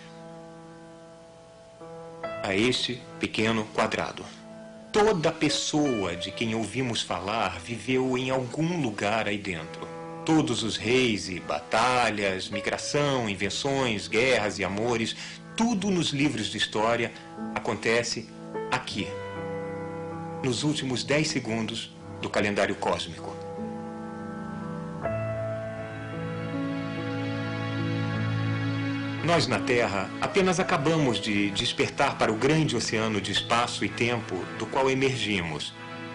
Speaker 3: a este pequeno quadrado. Toda pessoa de quem ouvimos falar viveu em algum lugar aí dentro. Todos os reis e batalhas, migração, invenções, guerras e amores, tudo nos livros de história acontece aqui, nos últimos 10 segundos do calendário cósmico. Nós, na Terra, apenas acabamos de despertar para o grande oceano de espaço e tempo do qual emergimos.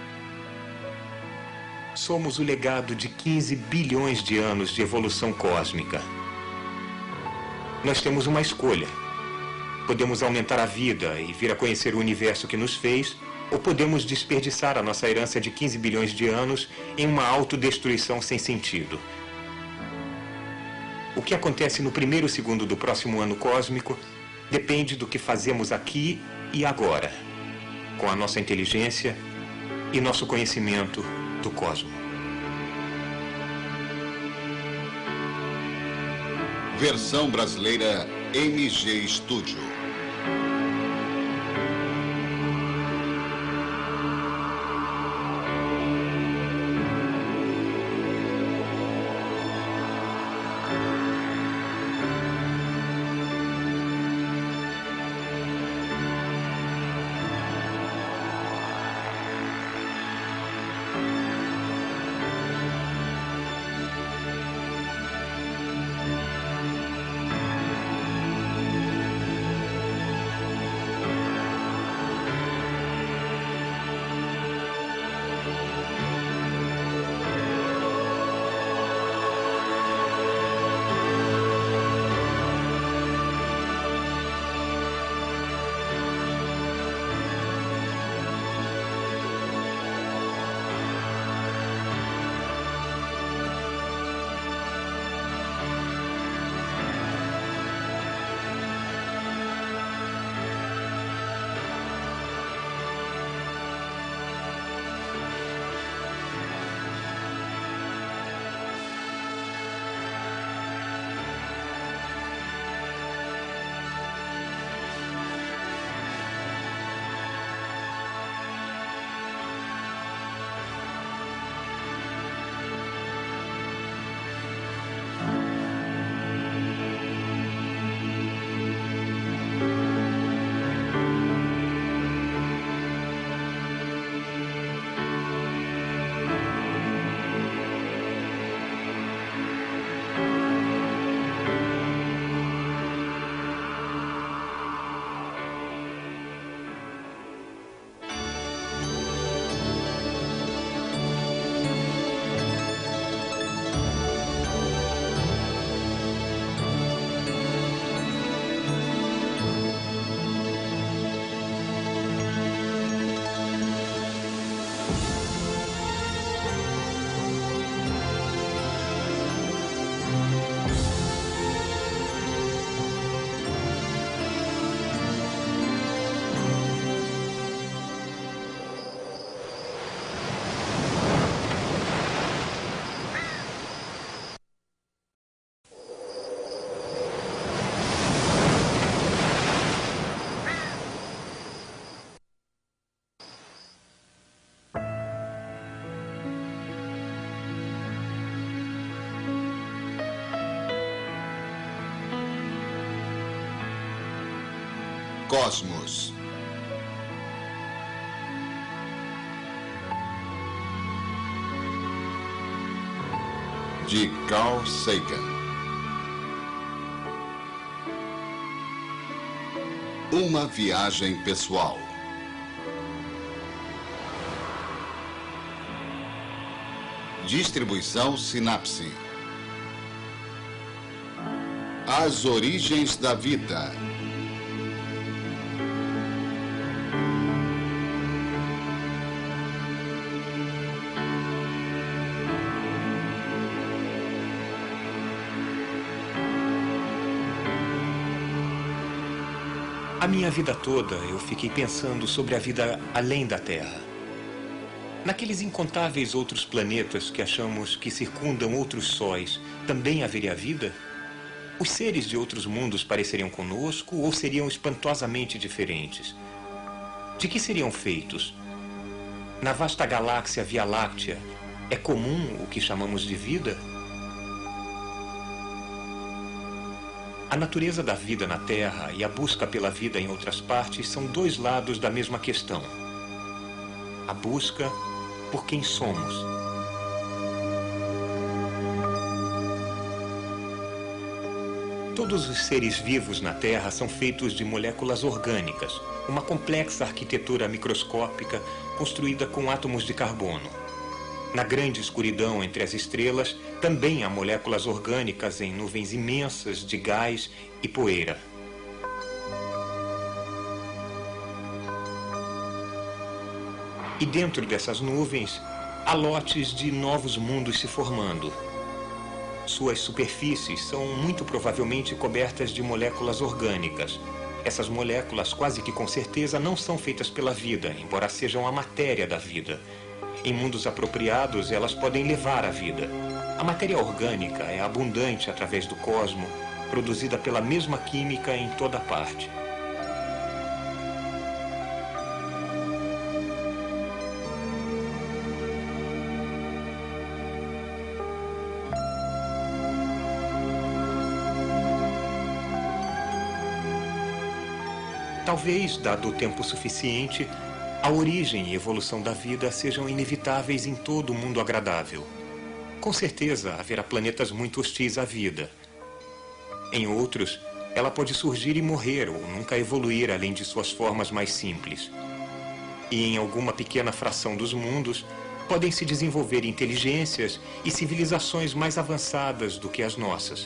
Speaker 3: Somos o legado de 15 bilhões de anos de evolução cósmica. Nós temos uma escolha. Podemos aumentar a vida e vir a conhecer o universo que nos fez, ou podemos desperdiçar a nossa herança de 15 bilhões de anos em uma autodestruição sem sentido. O que acontece no primeiro segundo do próximo ano cósmico depende do que fazemos aqui e agora, com a nossa inteligência e nosso conhecimento do cosmos.
Speaker 2: Versão brasileira MG Studio. Cosmos. De Carl Sagan. Uma viagem pessoal. Distribuição Sinapse. As origens da vida.
Speaker 3: A minha vida toda eu fiquei pensando sobre a vida além da Terra. Naqueles incontáveis outros planetas que achamos que circundam outros sóis, também haveria vida? Os seres de outros mundos pareceriam conosco ou seriam espantosamente diferentes? De que seriam feitos? Na vasta galáxia Via Láctea, é comum o que chamamos de vida? A natureza da vida na Terra e a busca pela vida em outras partes são dois lados da mesma questão. A busca por quem somos. Todos os seres vivos na Terra são feitos de moléculas orgânicas, uma complexa arquitetura microscópica construída com átomos de carbono. Na grande escuridão entre as estrelas, também há moléculas orgânicas em nuvens imensas de gás e poeira. E dentro dessas nuvens, há lotes de novos mundos se formando. Suas superfícies são muito provavelmente cobertas de moléculas orgânicas. Essas moléculas, quase que com certeza, não são feitas pela vida, embora sejam a matéria da vida. Em mundos apropriados, elas podem levar a vida. A matéria orgânica é abundante através do cosmo, produzida pela mesma química em toda parte. Talvez, dado o tempo suficiente, a origem e evolução da vida sejam inevitáveis em todo o mundo agradável. Com certeza, haverá planetas muito hostis à vida. Em outros, ela pode surgir e morrer ou nunca evoluir além de suas formas mais simples. E em alguma pequena fração dos mundos, podem se desenvolver inteligências e civilizações mais avançadas do que as nossas.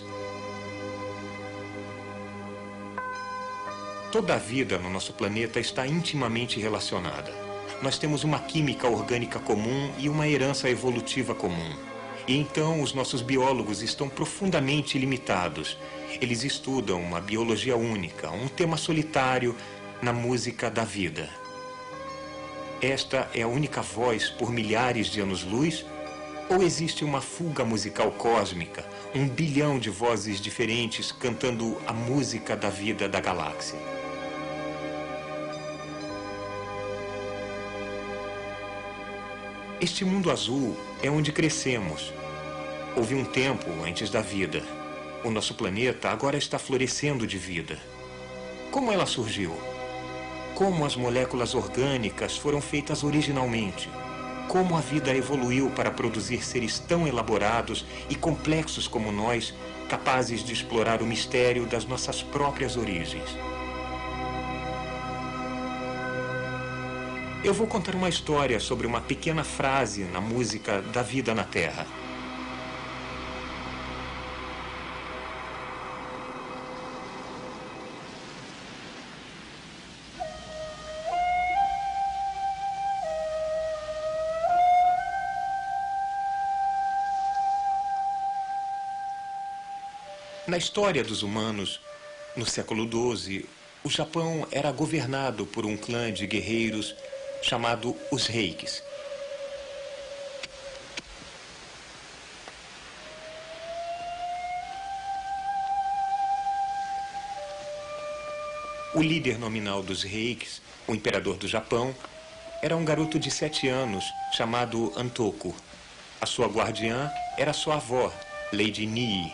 Speaker 3: Toda a vida no nosso planeta está intimamente relacionada. Nós temos uma química orgânica comum e uma herança evolutiva comum. E então os nossos biólogos estão profundamente limitados. Eles estudam uma biologia única, um tema solitário na música da vida. Esta é a única voz por milhares de anos-luz? Ou existe uma fuga musical cósmica, 1 bilhão de vozes diferentes cantando a música da vida da galáxia? Este mundo azul é onde crescemos. Houve um tempo antes da vida. O nosso planeta agora está florescendo de vida. Como ela surgiu? Como as moléculas orgânicas foram feitas originalmente? Como a vida evoluiu para produzir seres tão elaborados e complexos como nós, capazes de explorar o mistério das nossas próprias origens? Eu vou contar uma história sobre uma pequena frase na música da vida na Terra. Na história dos humanos, no século XII, o Japão era governado por um clã de guerreiros chamado os Reikis. O líder nominal dos Reikis, o imperador do Japão, era um garoto de 7 anos chamado Antoku. A sua guardiã era sua avó, Lady Nii.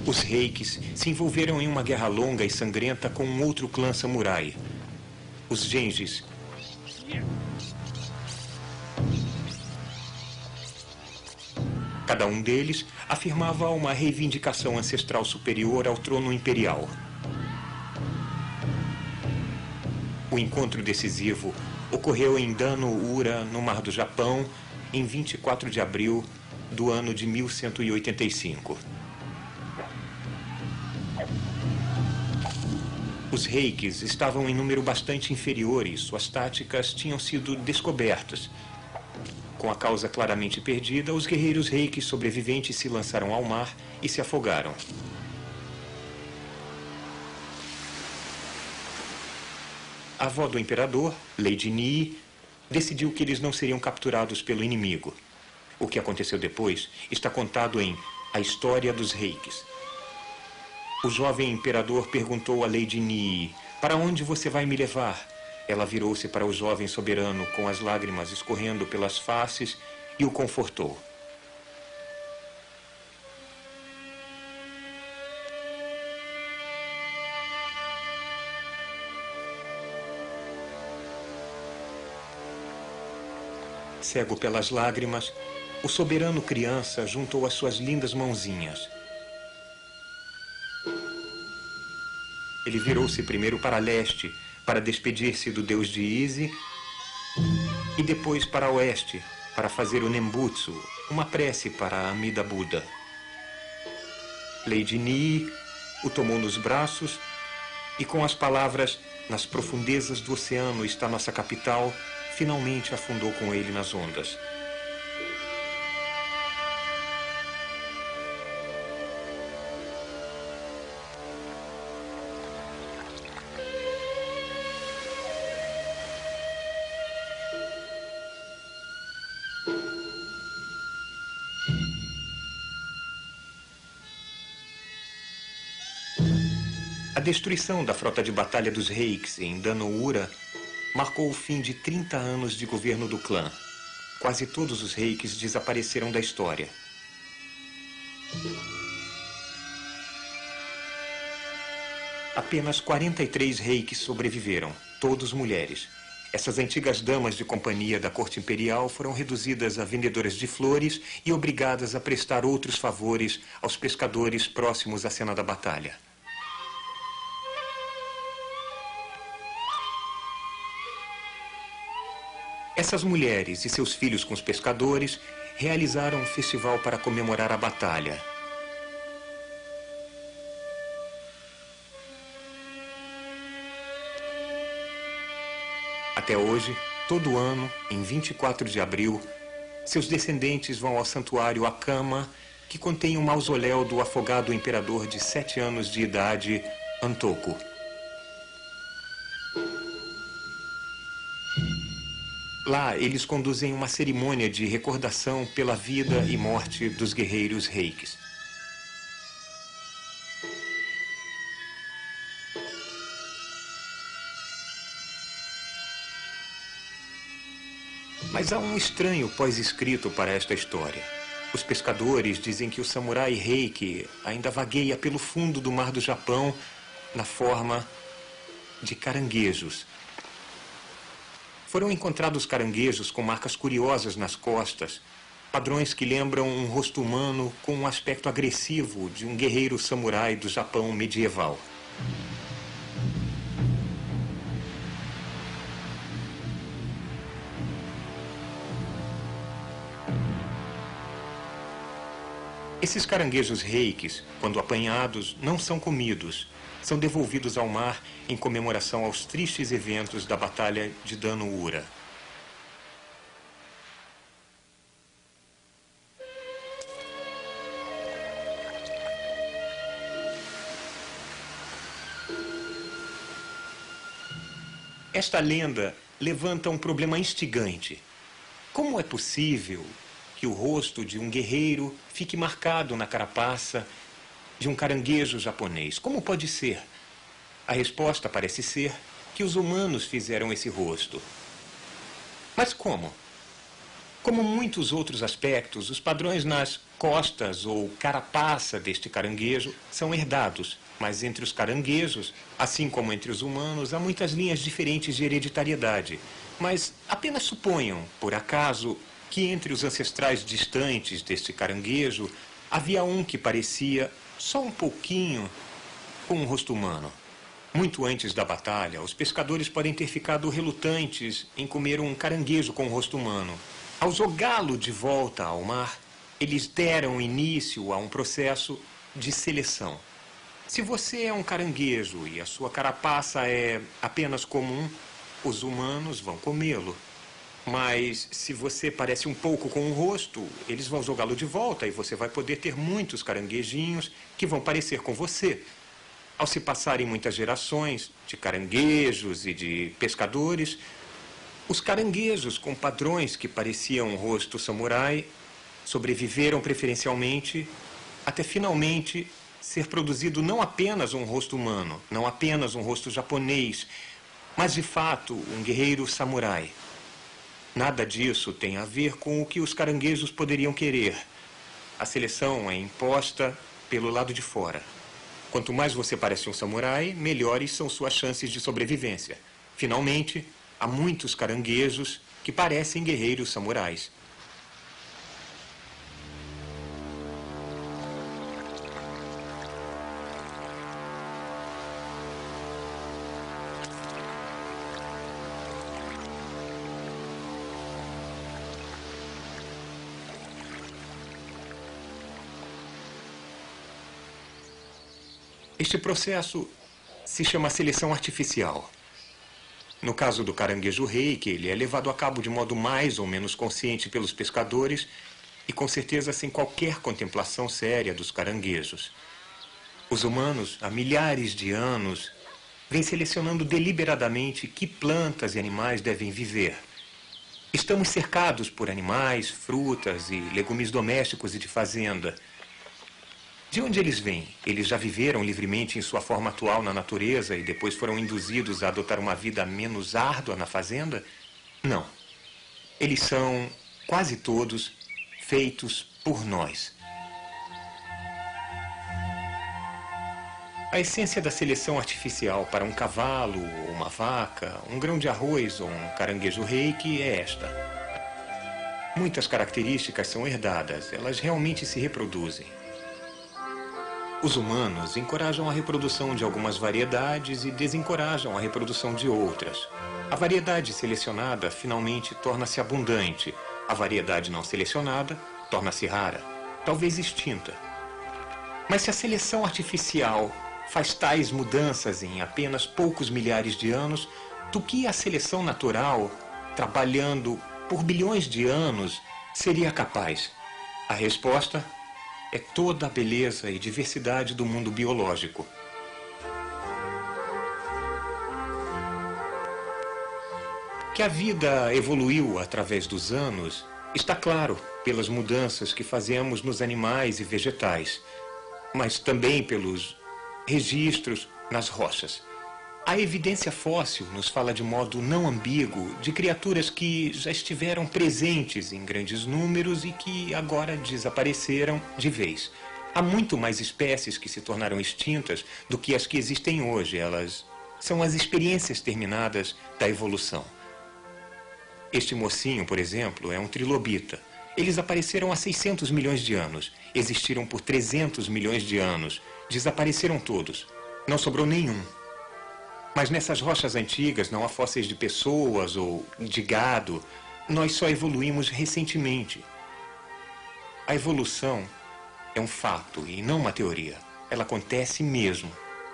Speaker 3: Os reikis se envolveram em uma guerra longa e sangrenta com um outro clã samurai, os Genjis. Cada um deles afirmava uma reivindicação ancestral superior ao trono imperial. O encontro decisivo ocorreu em Dano-ura, no Mar do Japão, em 24 de abril do ano de 1185. Os reikis estavam em número bastante inferior e suas táticas tinham sido descobertas. Com a causa claramente perdida, os guerreiros reikis sobreviventes se lançaram ao mar e se afogaram. A avó do imperador, Lady Nii, decidiu que eles não seriam capturados pelo inimigo. O que aconteceu depois está contado em A História dos Reikis. O jovem imperador perguntou a Lady Nii: "Para onde você vai me levar?" Ela virou-se para o jovem soberano com as lágrimas escorrendo pelas faces e o confortou. Cego pelas lágrimas, o soberano criança juntou as suas lindas mãozinhas. Ele virou-se primeiro para leste, para despedir-se do deus de Ise, e depois para oeste, para fazer o Nembutsu, uma prece para Amida Buda. Lady Nii o tomou nos braços e, com as palavras "Nas profundezas do oceano está nossa capital", finalmente afundou com ele nas ondas. A destruição da frota de batalha dos reikis em Dano-ura marcou o fim de 30 anos de governo do clã. Quase todos os reikis desapareceram da história. Apenas 43 reikis sobreviveram, todos mulheres. Essas antigas damas de companhia da corte imperial foram reduzidas a vendedoras de flores e obrigadas a prestar outros favores aos pescadores próximos à cena da batalha. Essas mulheres e seus filhos com os pescadores realizaram um festival para comemorar a batalha. Até hoje, todo ano, em 24 de abril, seus descendentes vão ao santuário Akama, que contém o mausoléu do afogado imperador de 7 anos de idade, Antoku. Lá, eles conduzem uma cerimônia de recordação pela vida e morte dos guerreiros reikis. Mas há um estranho pós-escrito para esta história. Os pescadores dizem que o samurai reiki ainda vagueia pelo fundo do mar do Japão na forma de caranguejos. Foram encontrados caranguejos com marcas curiosas nas costas, padrões que lembram um rosto humano com um aspecto agressivo de um guerreiro samurai do Japão medieval. Esses caranguejos reikis, quando apanhados, não são comidos. São devolvidos ao mar em comemoração aos tristes eventos da Batalha de Dano-ura. Esta lenda levanta um problema instigante. Como é possível que o rosto de um guerreiro fique marcado na carapaça de um caranguejo japonês? Como pode ser? A resposta parece ser que os humanos fizeram esse rosto. Mas como? Como muitos outros aspectos, os padrões nas costas ou carapaça deste caranguejo são herdados, mas entre os caranguejos, assim como entre os humanos, há muitas linhas diferentes de hereditariedade. Mas apenas suponham, por acaso, que entre os ancestrais distantes deste caranguejo havia um que parecia, só um pouquinho, com um rosto humano. Muito antes da batalha, os pescadores podem ter ficado relutantes em comer um caranguejo com um rosto humano. Ao jogá-lo de volta ao mar, eles deram início a um processo de seleção. Se você é um caranguejo e a sua carapaça é apenas comum, os humanos vão comê-lo. Mas se você parece um pouco com o rosto, eles vão jogá-lo de volta e você vai poder ter muitos caranguejinhos que vão parecer com você. Ao se passarem muitas gerações de caranguejos e de pescadores, os caranguejos com padrões que pareciam um rosto samurai sobreviveram preferencialmente até finalmente ser produzido não apenas um rosto humano, não apenas um rosto japonês, mas de fato um guerreiro samurai. Nada disso tem a ver com o que os caranguejos poderiam querer. A seleção é imposta pelo lado de fora. Quanto mais você parece um samurai, melhores são suas chances de sobrevivência. Finalmente, há muitos caranguejos que parecem guerreiros samurais. Este processo se chama seleção artificial. No caso do caranguejo reiki, ele é levado a cabo de modo mais ou menos consciente pelos pescadores e com certeza sem qualquer contemplação séria dos caranguejos. Os humanos, há milhares de anos, vêm selecionando deliberadamente que plantas e animais devem viver. Estamos cercados por animais, frutas e legumes domésticos e de fazenda. De onde eles vêm? Eles já viveram livremente em sua forma atual na natureza e depois foram induzidos a adotar uma vida menos árdua na fazenda? Não. Eles são, quase todos, feitos por nós. A essência da seleção artificial para um cavalo, ou uma vaca, um grão de arroz ou um caranguejo reiki é esta. Muitas características são herdadas, elas realmente se reproduzem. Os humanos encorajam a reprodução de algumas variedades e desencorajam a reprodução de outras. A variedade selecionada finalmente torna-se abundante. A variedade não selecionada torna-se rara, talvez extinta. Mas se a seleção artificial faz tais mudanças em apenas poucos milhares de anos, do que a seleção natural, trabalhando por bilhões de anos, seria capaz? A resposta é toda a beleza e diversidade do mundo biológico. Que a vida evoluiu através dos anos está claro pelas mudanças que fazemos nos animais e vegetais, mas também pelos registros nas rochas. A evidência fóssil nos fala de modo não ambíguo de criaturas que já estiveram presentes em grandes números e que agora desapareceram de vez. Há muito mais espécies que se tornaram extintas do que as que existem hoje. Elas são as experiências terminadas da evolução. Este mocinho, por exemplo, é um trilobita. Eles apareceram há 600 milhões de anos, existiram por 300 milhões de anos, desapareceram todos, não sobrou nenhum. Mas nessas rochas antigas não há fósseis de pessoas ou de gado. Nós só evoluímos recentemente. A evolução é um fato e não uma teoria. Ela acontece mesmo.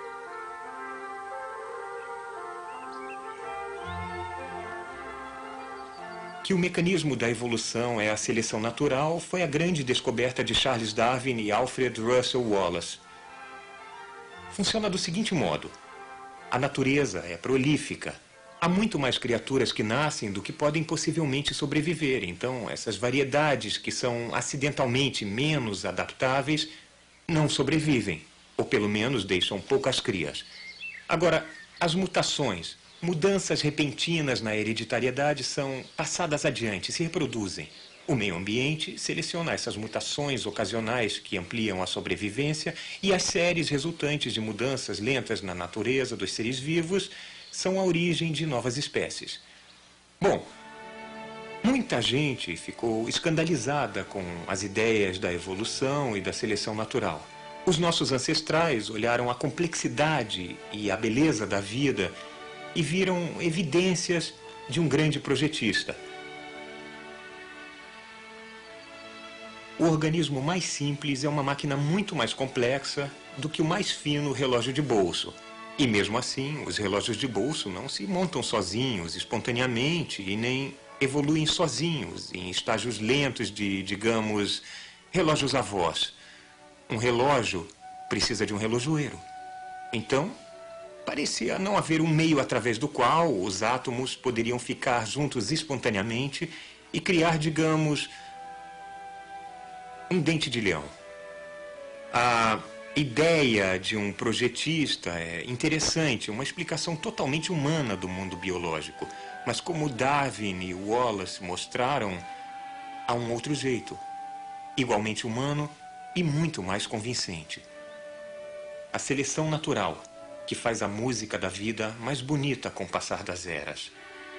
Speaker 3: Que o mecanismo da evolução é a seleção natural foi a grande descoberta de Charles Darwin e Alfred Russel Wallace. Funciona do seguinte modo. A natureza é prolífica. Há muito mais criaturas que nascem do que podem possivelmente sobreviver. Então, essas variedades que são acidentalmente menos adaptáveis não sobrevivem, ou pelo menos deixam poucas crias. Agora, as mutações, mudanças repentinas na hereditariedade são passadas adiante, se reproduzem. O meio ambiente seleciona essas mutações ocasionais que ampliam a sobrevivência e as séries resultantes de mudanças lentas na natureza dos seres vivos são a origem de novas espécies. Bom, muita gente ficou escandalizada com as ideias da evolução e da seleção natural. Os nossos ancestrais olharam a complexidade e a beleza da vida e viram evidências de um grande projetista. O organismo mais simples é uma máquina muito mais complexa do que o mais fino relógio de bolso. E mesmo assim, os relógios de bolso não se montam sozinhos, espontaneamente, e nem evoluem sozinhos, em estágios lentos de, digamos, relógios avós. Um relógio precisa de um relojoeiro. Então, parecia não haver um meio através do qual os átomos poderiam ficar juntos espontaneamente e criar, digamos, um dente de leão. A ideia de um projetista é interessante, uma explicação totalmente humana do mundo biológico. Mas como Darwin e Wallace mostraram, há um outro jeito, igualmente humano e muito mais convincente. A seleção natural, que faz a música da vida mais bonita com o passar das eras.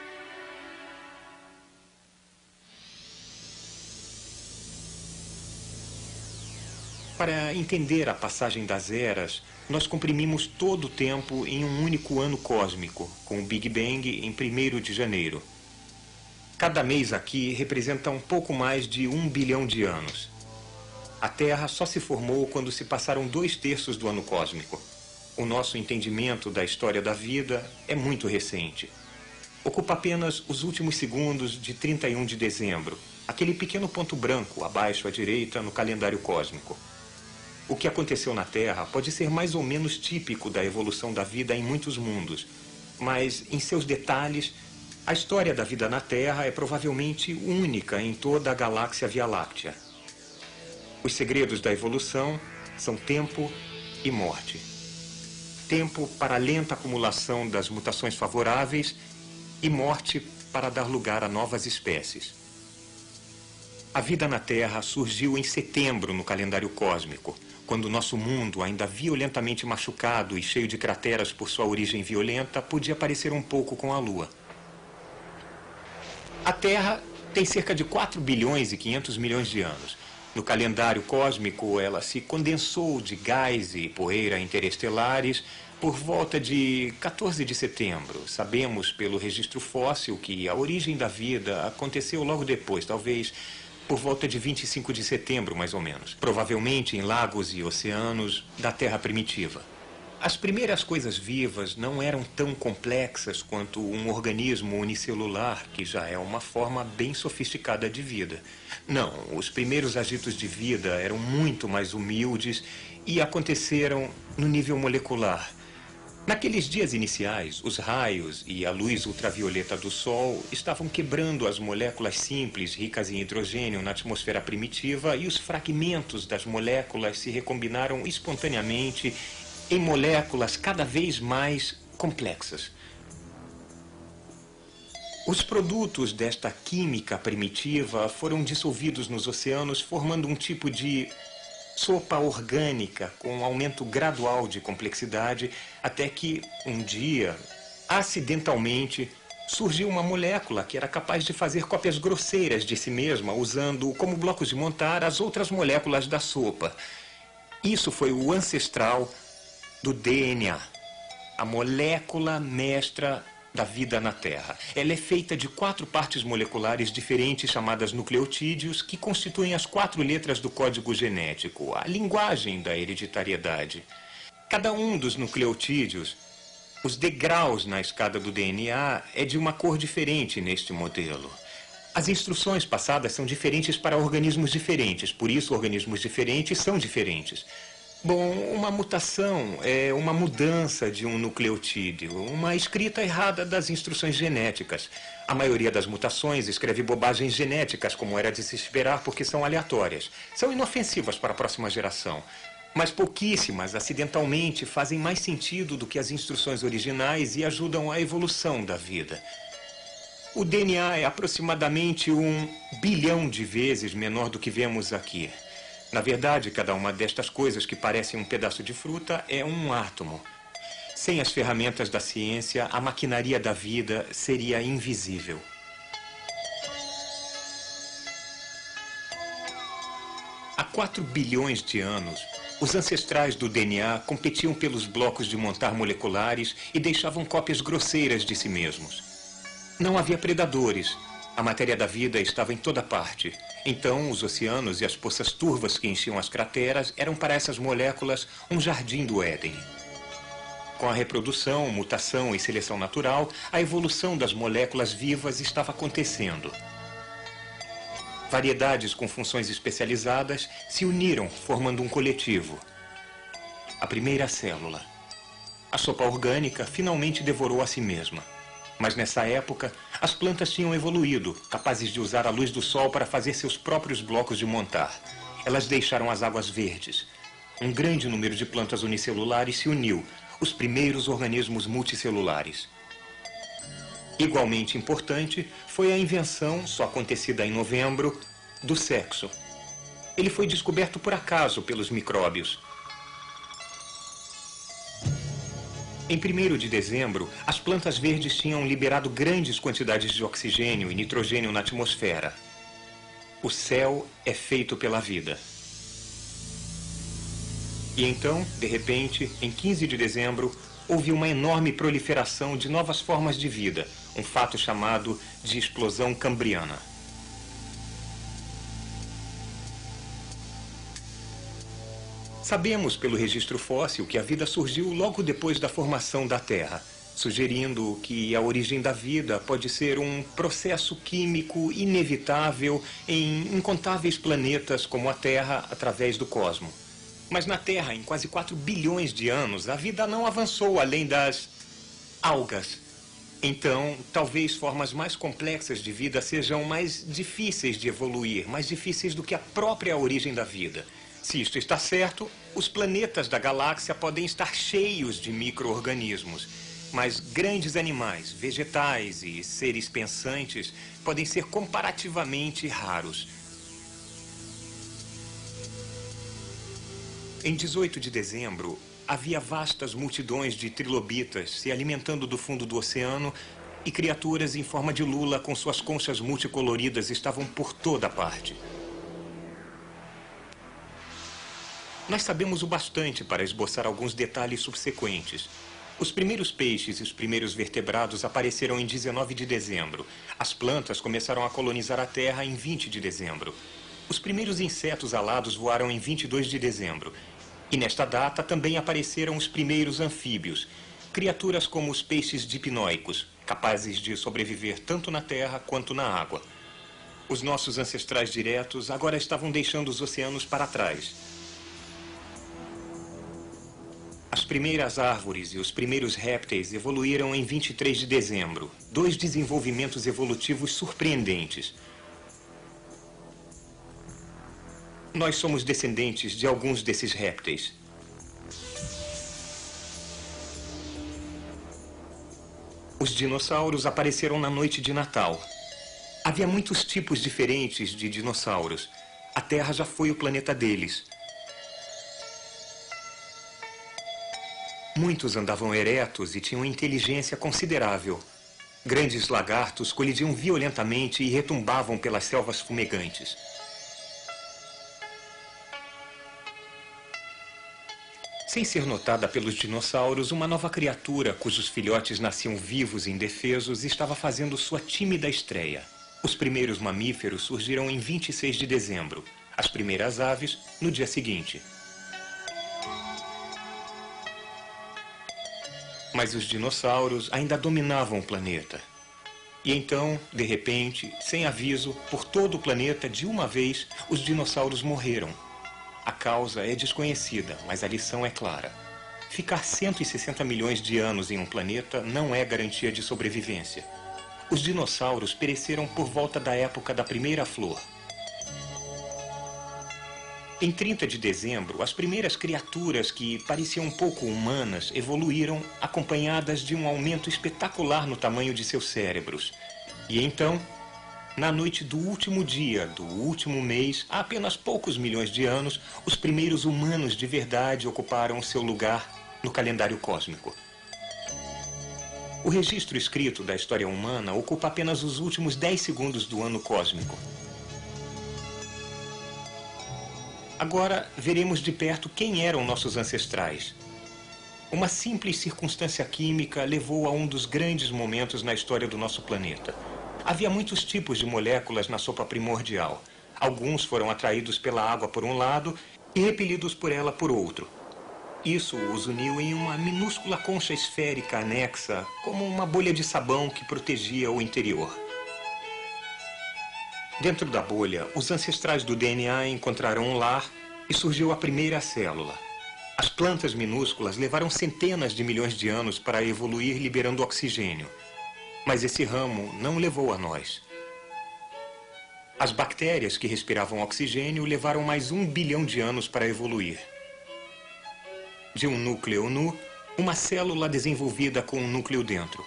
Speaker 3: Para entender a passagem das eras, nós comprimimos todo o tempo em um único ano cósmico, com o Big Bang em 1º de janeiro. Cada mês aqui representa um pouco mais de 1 bilhão de anos. A Terra só se formou quando se passaram 2/3 do ano cósmico. O nosso entendimento da história da vida é muito recente. Ocupa apenas os últimos segundos de 31 de dezembro, aquele pequeno ponto branco abaixo à direita no calendário cósmico. O que aconteceu na Terra pode ser mais ou menos típico da evolução da vida em muitos mundos, mas, em seus detalhes, a história da vida na Terra é provavelmente única em toda a galáxia Via Láctea. Os segredos da evolução são tempo e morte. Tempo para a lenta acumulação das mutações favoráveis e morte para dar lugar a novas espécies. A vida na Terra surgiu em setembro no calendário cósmico, quando nosso mundo, ainda violentamente machucado e cheio de crateras por sua origem violenta, podia parecer um pouco com a Lua. A Terra tem cerca de 4 bilhões e 500 milhões de anos. No calendário cósmico, ela se condensou de gás e poeira interestelares por volta de 14 de setembro. Sabemos pelo registro fóssil que a origem da vida aconteceu logo depois, talvez por volta de 25 de setembro, mais ou menos. Provavelmente em lagos e oceanos da Terra primitiva. As primeiras coisas vivas não eram tão complexas quanto um organismo unicelular, que já é uma forma bem sofisticada de vida. Não, os primeiros agitos de vida eram muito mais humildes e aconteceram no nível molecular. Naqueles dias iniciais, os raios e a luz ultravioleta do Sol estavam quebrando as moléculas simples ricas em hidrogênio na atmosfera primitiva e os fragmentos das moléculas se recombinaram espontaneamente em moléculas cada vez mais complexas. Os produtos desta química primitiva foram dissolvidos nos oceanos, formando um tipo de sopa orgânica com um aumento gradual de complexidade, até que, um dia, acidentalmente, surgiu uma molécula que era capaz de fazer cópias grosseiras de si mesma, usando como blocos de montar as outras moléculas da sopa. Isso foi o ancestral do DNA, a molécula mestra da vida na Terra. Ela é feita de 4 partes moleculares diferentes chamadas nucleotídeos, que constituem as 4 letras do código genético, a linguagem da hereditariedade. Cada um dos nucleotídeos, os degraus na escada do DNA, é de uma cor diferente neste modelo. As instruções passadas são diferentes para organismos diferentes, por isso organismos diferentes são diferentes. Bom, uma mutação é uma mudança de um nucleotídeo, uma escrita errada das instruções genéticas. A maioria das mutações escreve bobagens genéticas, como era de se esperar, porque são aleatórias. São inofensivas para a próxima geração. Mas pouquíssimas, acidentalmente, fazem mais sentido do que as instruções originais e ajudam a evolução da vida. O DNA é aproximadamente 1 bilhão de vezes menor do que vemos aqui. Na verdade, cada uma destas coisas que parecem um pedaço de fruta é um átomo. Sem as ferramentas da ciência, a maquinaria da vida seria invisível. Há 4 bilhões de anos, os ancestrais do DNA competiam pelos blocos de montar moleculares e deixavam cópias grosseiras de si mesmos. Não havia predadores. A matéria da vida estava em toda parte. Então, os oceanos e as poças turvas que enchiam as crateras eram para essas moléculas um jardim do Éden. Com a reprodução, mutação e seleção natural, a evolução das moléculas vivas estava acontecendo. Variedades com funções especializadas se uniram, formando um coletivo. A primeira célula. A sopa orgânica finalmente devorou a si mesma. Mas nessa época, as plantas tinham evoluído, capazes de usar a luz do sol para fazer seus próprios blocos de montar. Elas deixaram as águas verdes. Um grande número de plantas unicelulares se uniu, os primeiros organismos multicelulares. Igualmente importante foi a invenção, só acontecida em novembro, do sexo. Ele foi descoberto por acaso pelos micróbios. Em 1º de dezembro, as plantas verdes tinham liberado grandes quantidades de oxigênio e nitrogênio na atmosfera. O céu é feito pela vida. E então, de repente, em 15 de dezembro, houve uma enorme proliferação de novas formas de vida, um fato chamado de explosão cambriana. Sabemos pelo registro fóssil que a vida surgiu logo depois da formação da Terra, sugerindo que a origem da vida pode ser um processo químico inevitável em incontáveis planetas como a Terra através do cosmo. Mas na Terra, em quase 4 bilhões de anos, a vida não avançou além das algas. Então, talvez formas mais complexas de vida sejam mais difíceis de evoluir, mais difíceis do que a própria origem da vida. Se isto está certo, os planetas da galáxia podem estar cheios de micro-organismos, mas grandes animais, vegetais e seres pensantes podem ser comparativamente raros. Em 18 de dezembro, havia vastas multidões de trilobitas se alimentando do fundo do oceano e criaturas em forma de lula com suas conchas multicoloridas estavam por toda parte. Nós sabemos o bastante para esboçar alguns detalhes subsequentes. Os primeiros peixes e os primeiros vertebrados apareceram em 19 de dezembro. As plantas começaram a colonizar a Terra em 20 de dezembro. Os primeiros insetos alados voaram em 22 de dezembro. E nesta data também apareceram os primeiros anfíbios, criaturas como os peixes dipnoicos, capazes de sobreviver tanto na terra quanto na água. Os nossos ancestrais diretos agora estavam deixando os oceanos para trás. As primeiras árvores e os primeiros répteis evoluíram em 23 de dezembro, 2 desenvolvimentos evolutivos surpreendentes. Nós somos descendentes de alguns desses répteis. Os dinossauros apareceram na noite de Natal. Havia muitos tipos diferentes de dinossauros. A Terra já foi o planeta deles. Muitos andavam eretos e tinham inteligência considerável. Grandes lagartos colidiam violentamente e retumbavam pelas selvas fumegantes. Sem ser notada pelos dinossauros, uma nova criatura, cujos filhotes nasciam vivos e indefesos, estava fazendo sua tímida estreia. Os primeiros mamíferos surgiram em 26 de dezembro. As primeiras aves, no dia seguinte. Mas os dinossauros ainda dominavam o planeta. E então, de repente, sem aviso, por todo o planeta, de uma vez, os dinossauros morreram. A causa é desconhecida, mas a lição é clara. Ficar 160 milhões de anos em um planeta não é garantia de sobrevivência. Os dinossauros pereceram por volta da época da primeira flor. Em 30 de dezembro, as primeiras criaturas que pareciam um pouco humanas evoluíram acompanhadas de um aumento espetacular no tamanho de seus cérebros. E então, na noite do último dia do último mês, há apenas poucos milhões de anos, os primeiros humanos de verdade ocuparam seu lugar no calendário cósmico. O registro escrito da história humana ocupa apenas os últimos 10 segundos do ano cósmico. Agora veremos de perto quem eram nossos ancestrais. Uma simples circunstância química levou a um dos grandes momentos na história do nosso planeta. Havia muitos tipos de moléculas na sopa primordial. Alguns foram atraídos pela água por um lado e repelidos por ela por outro. Isso os uniu em uma minúscula concha esférica anexa, como uma bolha de sabão que protegia o interior. Dentro da bolha, os ancestrais do DNA encontraram um lar e surgiu a primeira célula. As plantas minúsculas levaram centenas de milhões de anos para evoluir liberando oxigênio. Mas esse ramo não levou a nós. As bactérias que respiravam oxigênio levaram mais 1 bilhão de anos para evoluir. De um núcleo nu, uma célula desenvolvida com um núcleo dentro.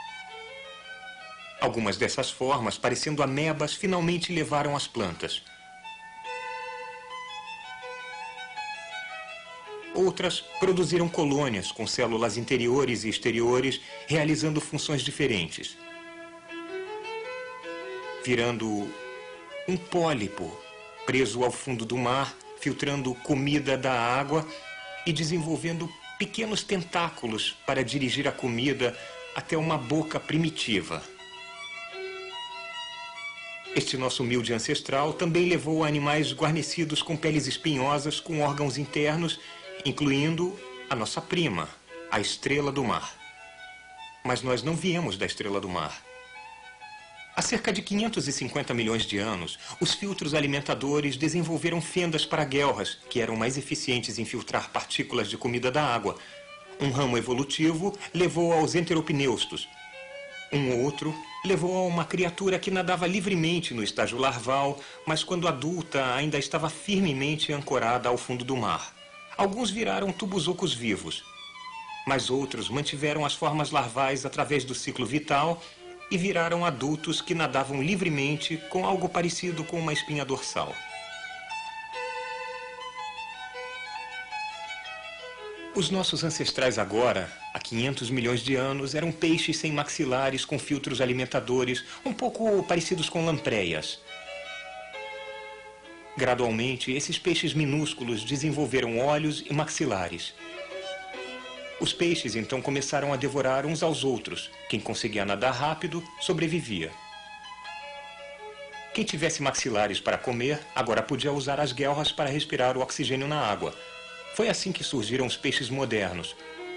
Speaker 3: Algumas dessas formas, parecendo amebas, finalmente levaram as plantas. Outras produziram colônias com células interiores e exteriores, realizando funções diferentes. Virando um pólipo preso ao fundo do mar, filtrando comida da água e desenvolvendo pequenos tentáculos para dirigir a comida até uma boca primitiva. Este nosso humilde ancestral também levou a animais guarnecidos com peles espinhosas com órgãos internos, incluindo a nossa prima, a estrela do mar. Mas nós não viemos da estrela do mar. Há cerca de 550 milhões de anos, os filtros alimentadores desenvolveram fendas para guelras, que eram mais eficientes em filtrar partículas de comida da água. Um ramo evolutivo levou aos enteropneustos. Um outro levou a uma criatura que nadava livremente no estágio larval, mas quando adulta ainda estava firmemente ancorada ao fundo do mar. Alguns viraram tubos-ocos vivos, mas outros mantiveram as formas larvais através do ciclo vital e viraram adultos que nadavam livremente com algo parecido com uma espinha dorsal. Os nossos ancestrais agora, há 500 milhões de anos, eram peixes sem maxilares com filtros alimentadores, um pouco parecidos com lampreyas. Gradualmente, esses peixes minúsculos desenvolveram olhos e maxilares. Os peixes então começaram a devorar uns aos outros. Quem conseguia nadar rápido, sobrevivia. Quem tivesse maxilares para comer, agora podia usar as guelras para respirar o oxigênio na água. Foi assim que surgiram os peixes modernos.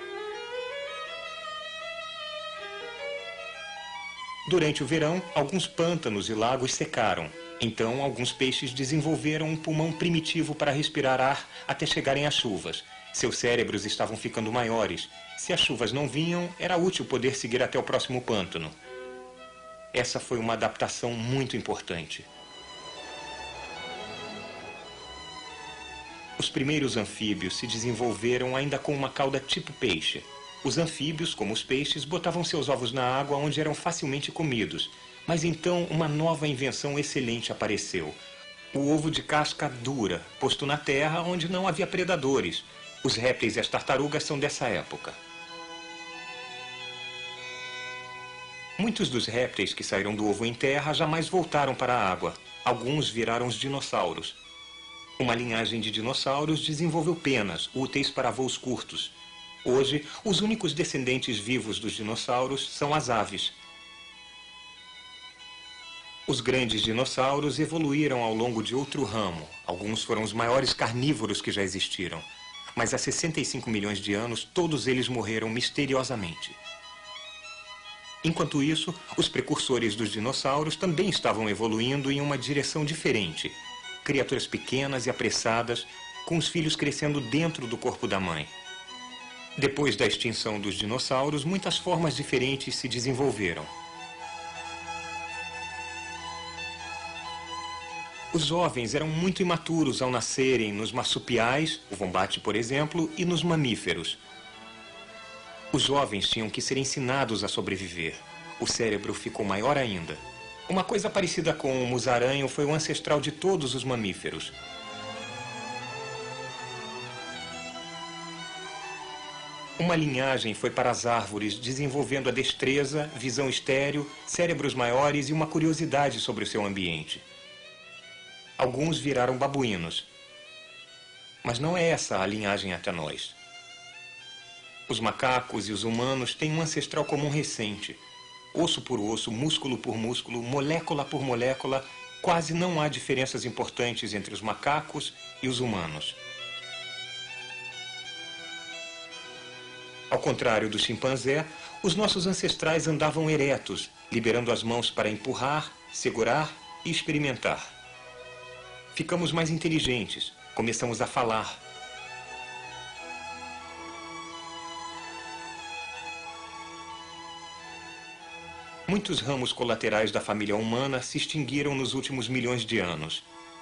Speaker 3: Durante o verão, alguns pântanos e lagos secaram. Então, alguns peixes desenvolveram um pulmão primitivo para respirar ar até chegarem às chuvas. Seus cérebros estavam ficando maiores. Se as chuvas não vinham, era útil poder seguir até o próximo pântano. Essa foi uma adaptação muito importante. Os primeiros anfíbios se desenvolveram ainda com uma cauda tipo peixe. Os anfíbios, como os peixes, botavam seus ovos na água onde eram facilmente comidos. Mas então uma nova invenção excelente apareceu. O ovo de casca dura, posto na terra onde não havia predadores. Os répteis e as tartarugas são dessa época. Muitos dos répteis que saíram do ovo em terra jamais voltaram para a água. Alguns viraram os dinossauros. Uma linhagem de dinossauros desenvolveu penas, úteis para voos curtos. Hoje, os únicos descendentes vivos dos dinossauros são as aves. Os grandes dinossauros evoluíram ao longo de outro ramo. Alguns foram os maiores carnívoros que já existiram. Mas há 65 milhões de anos, todos eles morreram misteriosamente. Enquanto isso, os precursores dos dinossauros também estavam evoluindo em uma direção diferente. Criaturas pequenas e apressadas, com os filhos crescendo dentro do corpo da mãe. Depois da extinção dos dinossauros, muitas formas diferentes se desenvolveram. Os jovens eram muito imaturos ao nascerem nos marsupiais, o vombate, por exemplo, e nos mamíferos. Os jovens tinham que ser ensinados a sobreviver. o cérebro ficou maior ainda. Uma coisa parecida com o musaranho foi o ancestral de todos os mamíferos. Uma linhagem foi para as árvores, desenvolvendo a destreza, visão estéril, cérebros maiores e uma curiosidade sobre o seu ambiente. Alguns viraram babuínos. Mas não é essa a linhagem até nós. Os macacos e os humanos têm um ancestral comum recente. Osso por osso, músculo por músculo, molécula por molécula, quase não há diferenças importantes entre os macacos e os humanos. Ao contrário do chimpanzé, os nossos ancestrais andavam eretos, liberando as mãos para empurrar, segurar e experimentar. Ficamos mais inteligentes, começamos a falar. Muitos ramos colaterais da família humana se extinguiram nos últimos milhões de anos.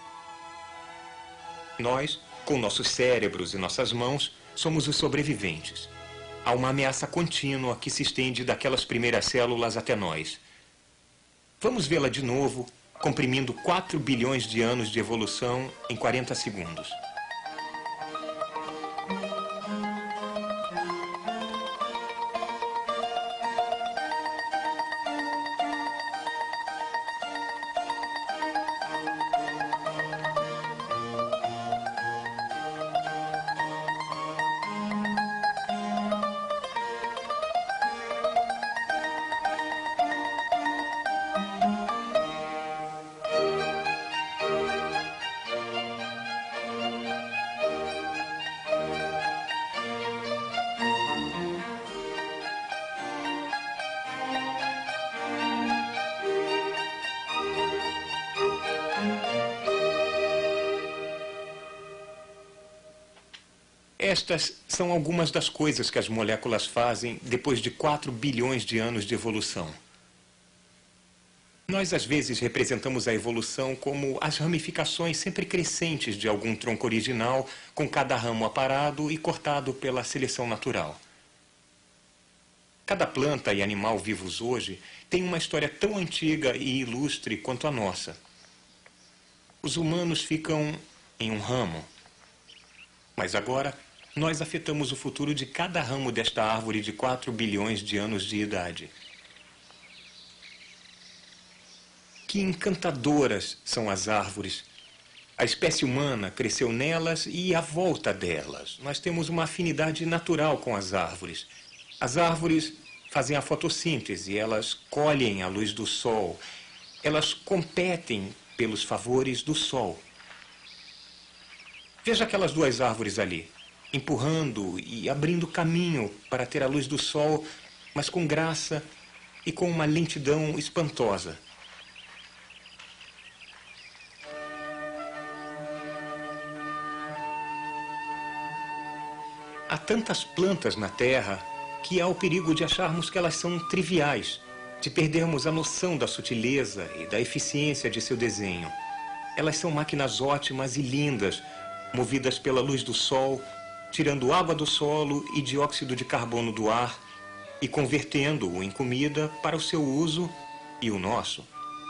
Speaker 3: Nós, com nossos cérebros e nossas mãos, somos os sobreviventes. Há uma ameaça contínua que se estende daquelas primeiras células até nós. Vamos vê-la de novo, comprimindo 4 bilhões de anos de evolução em 40 segundos. Estas são algumas das coisas que as moléculas fazem depois de 4 bilhões de anos de evolução. Nós, às vezes, representamos a evolução como as ramificações sempre crescentes de algum tronco original, com cada ramo aparado e cortado pela seleção natural. Cada planta e animal vivos hoje tem uma história tão antiga e ilustre quanto a nossa. Os humanos ficam em um ramo, mas agora nós afetamos o futuro de cada ramo desta árvore de 4 bilhões de anos de idade. Que encantadoras são as árvores! A espécie humana cresceu nelas e à volta delas. Nós temos uma afinidade natural com as árvores. As árvores fazem a fotossíntese, elas colhem a luz do sol, elas competem pelos favores do sol. Veja aquelas duas árvores ali, empurrando e abrindo caminho para ter a luz do sol, mas com graça e com uma lentidão espantosa. Há tantas plantas na Terra que há o perigo de acharmos que elas são triviais, de perdermos a noção da sutileza e da eficiência de seu desenho. Elas são máquinas ótimas e lindas, movidas pela luz do sol, tirando água do solo e dióxido de carbono do ar e convertendo-o em comida para o seu uso e o nosso.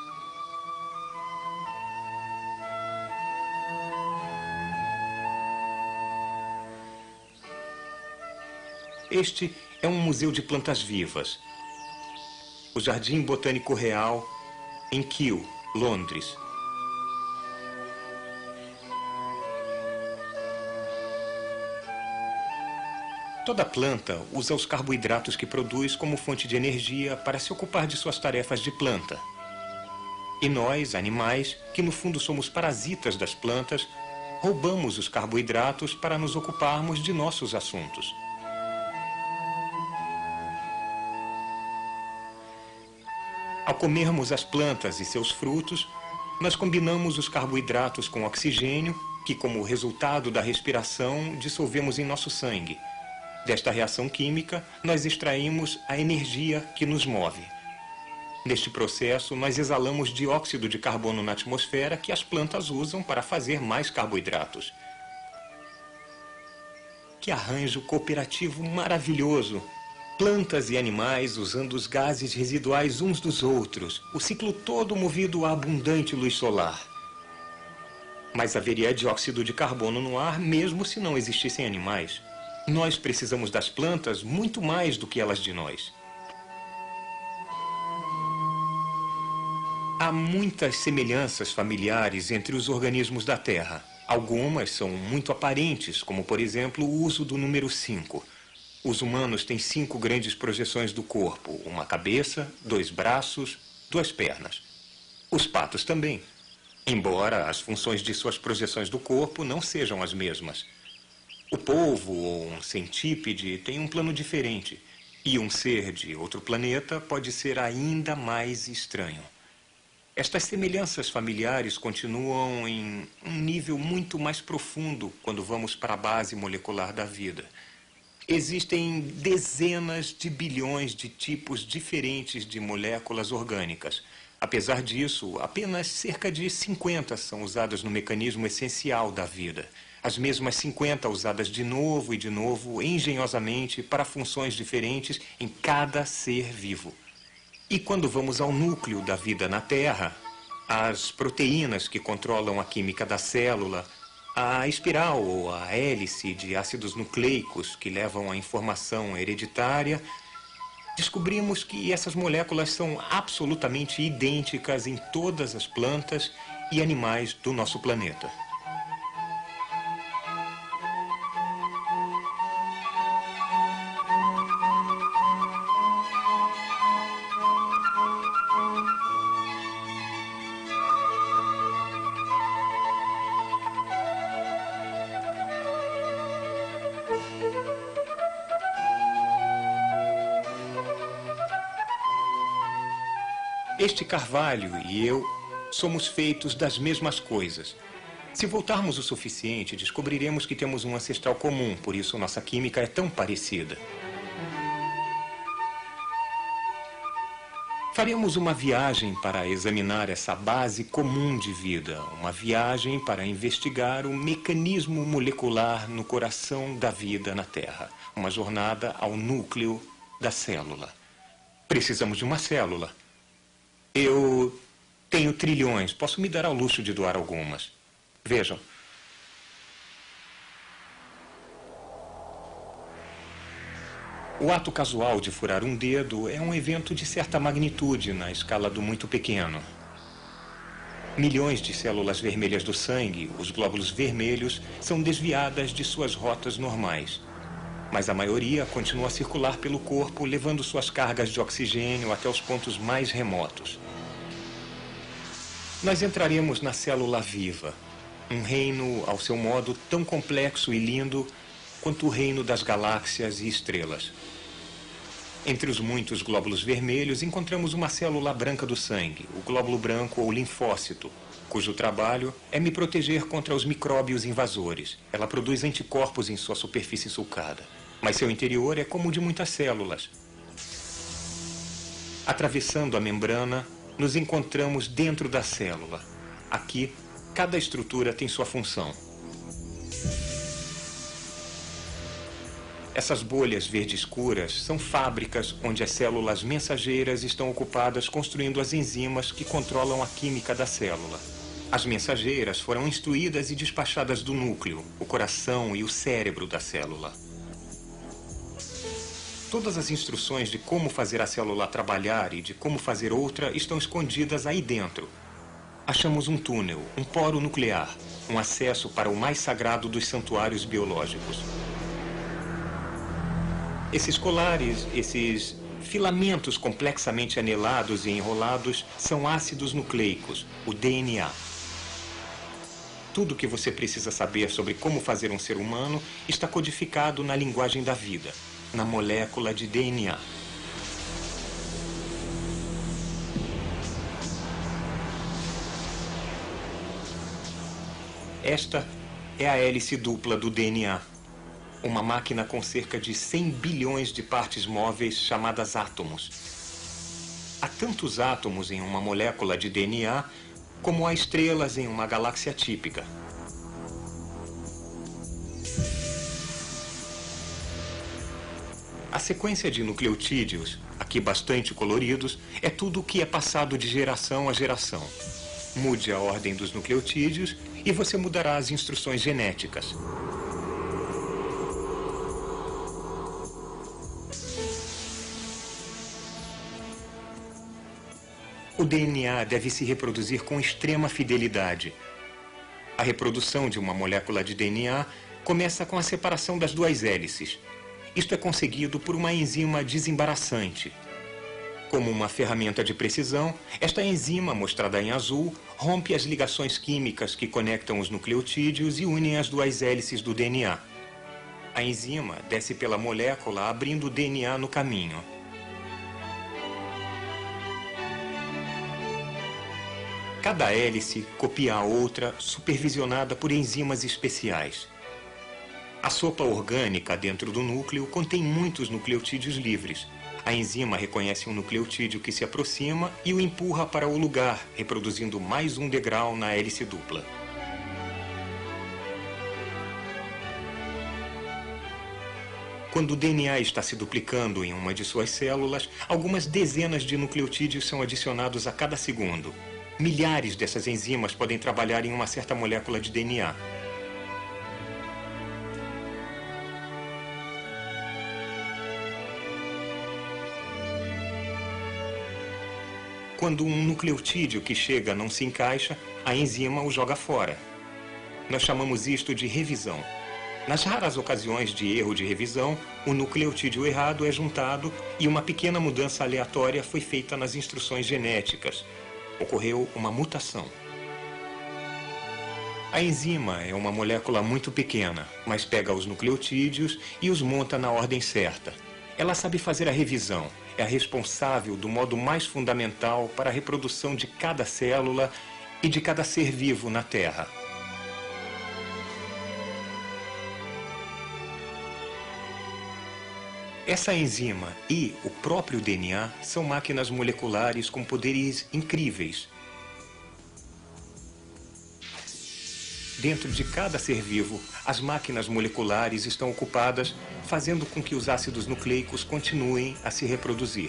Speaker 3: Este é um museu de plantas vivas. O Jardim Botânico Real, em Kew, Londres. Toda planta usa os carboidratos que produz como fonte de energia para se ocupar de suas tarefas de planta. E nós, animais, que no fundo somos parasitas das plantas, roubamos os carboidratos para nos ocuparmos de nossos assuntos. Ao comermos as plantas e seus frutos, nós combinamos os carboidratos com oxigênio, que, como resultado da respiração, dissolvemos em nosso sangue. Desta reação química, nós extraímos a energia que nos move. Neste processo, nós exalamos dióxido de carbono na atmosfera que as plantas usam para fazer mais carboidratos. Que arranjo cooperativo maravilhoso! Plantas e animais usando os gases residuais uns dos outros, o ciclo todo movido a abundante luz solar. Mas haveria dióxido de carbono no ar mesmo se não existissem animais. Nós precisamos das plantas muito mais do que elas de nós. Há muitas semelhanças familiares entre os organismos da Terra. Algumas são muito aparentes, como, por exemplo, o uso do número 5. Os humanos têm 5 grandes projeções do corpo, uma cabeça, 2 braços, 2 pernas. Os patos também, embora as funções de suas projeções do corpo não sejam as mesmas. O polvo ou um centípede tem um plano diferente, e um ser de outro planeta pode ser ainda mais estranho. Estas semelhanças familiares continuam em um nível muito mais profundo quando vamos para a base molecular da vida. Existem dezenas de bilhões de tipos diferentes de moléculas orgânicas. Apesar disso, apenas cerca de 50 são usadas no mecanismo essencial da vida. As mesmas 50 usadas de novo e de novo, engenhosamente, para funções diferentes em cada ser vivo. E quando vamos ao núcleo da vida na Terra, as proteínas que controlam a química da célula, a espiral ou a hélice de ácidos nucleicos que levam à informação hereditária, descobrimos que essas moléculas são absolutamente idênticas em todas as plantas e animais do nosso planeta. Este carvalho e eu somos feitos das mesmas coisas. Se voltarmos o suficiente, descobriremos que temos um ancestral comum, por isso nossa química é tão parecida. Faremos uma viagem para examinar essa base comum de vida, uma viagem para investigar o mecanismo molecular no coração da vida na Terra, uma jornada ao núcleo da célula. Precisamos de uma célula. Eu tenho trilhões, posso me dar ao luxo de doar algumas. Vejam. O ato casual de furar um dedo é um evento de certa magnitude na escala do muito pequeno. Milhões de células vermelhas do sangue, os glóbulos vermelhos, são desviadas de suas rotas normais. Mas a maioria continua a circular pelo corpo, levando suas cargas de oxigênio até os pontos mais remotos. Nós entraremos na célula viva, um reino, ao seu modo, tão complexo e lindo quanto o reino das galáxias e estrelas. Entre os muitos glóbulos vermelhos, encontramos uma célula branca do sangue, o glóbulo branco ou linfócito, cujo trabalho é me proteger contra os micróbios invasores. Ela produz anticorpos em sua superfície sulcada, mas seu interior é como o de muitas células. Atravessando a membrana, nos encontramos dentro da célula. Aqui, cada estrutura tem sua função. Essas bolhas verde escuras são fábricas onde as células mensageiras estão ocupadas construindo as enzimas que controlam a química da célula. As mensageiras foram instruídas e despachadas do núcleo, o coração e o cérebro da célula. Todas as instruções de como fazer a célula trabalhar e de como fazer outra estão escondidas aí dentro. Achamos um túnel, um poro nuclear, um acesso para o mais sagrado dos santuários biológicos. Esses colares, esses filamentos complexamente anelados e enrolados são ácidos nucleicos, o DNA. Tudo o que você precisa saber sobre como fazer um ser humano está codificado na linguagem da vida, na molécula de DNA. Esta é a hélice dupla do DNA, uma máquina com cerca de 100 bilhões de partes móveis chamadas átomos. Há tantos átomos em uma molécula de DNA como há estrelas em uma galáxia típica. A sequência de nucleotídeos, aqui bastante coloridos, é tudo o que é passado de geração a geração. Mude a ordem dos nucleotídeos e você mudará as instruções genéticas. O DNA deve se reproduzir com extrema fidelidade. A reprodução de uma molécula de DNA começa com a separação das duas hélices. Isto é conseguido por uma enzima desembaraçante. Como uma ferramenta de precisão, esta enzima, mostrada em azul, rompe as ligações químicas que conectam os nucleotídeos e unem as duas hélices do DNA. A enzima desce pela molécula, abrindo o DNA no caminho. Cada hélice copia a outra, supervisionada por enzimas especiais. A sopa orgânica dentro do núcleo contém muitos nucleotídeos livres. A enzima reconhece um nucleotídeo que se aproxima e o empurra para o lugar, reproduzindo mais um degrau na hélice dupla. Quando o DNA está se duplicando em uma de suas células, algumas dezenas de nucleotídeos são adicionados a cada segundo. Milhares dessas enzimas podem trabalhar em uma certa molécula de DNA. Quando um nucleotídeo que chega não se encaixa, a enzima o joga fora. Nós chamamos isto de revisão. Nas raras ocasiões de erro de revisão, o nucleotídeo errado é juntado e uma pequena mudança aleatória foi feita nas instruções genéticas. Ocorreu uma mutação. A enzima é uma molécula muito pequena, mas pega os nucleotídeos e os monta na ordem certa. Ela sabe fazer a revisão, é a responsável do modo mais fundamental para a reprodução de cada célula e de cada ser vivo na Terra. Essa enzima e o próprio DNA são máquinas moleculares com poderes incríveis. Dentro de cada ser vivo, as máquinas moleculares estão ocupadas, fazendo com que os ácidos nucleicos continuem a se reproduzir.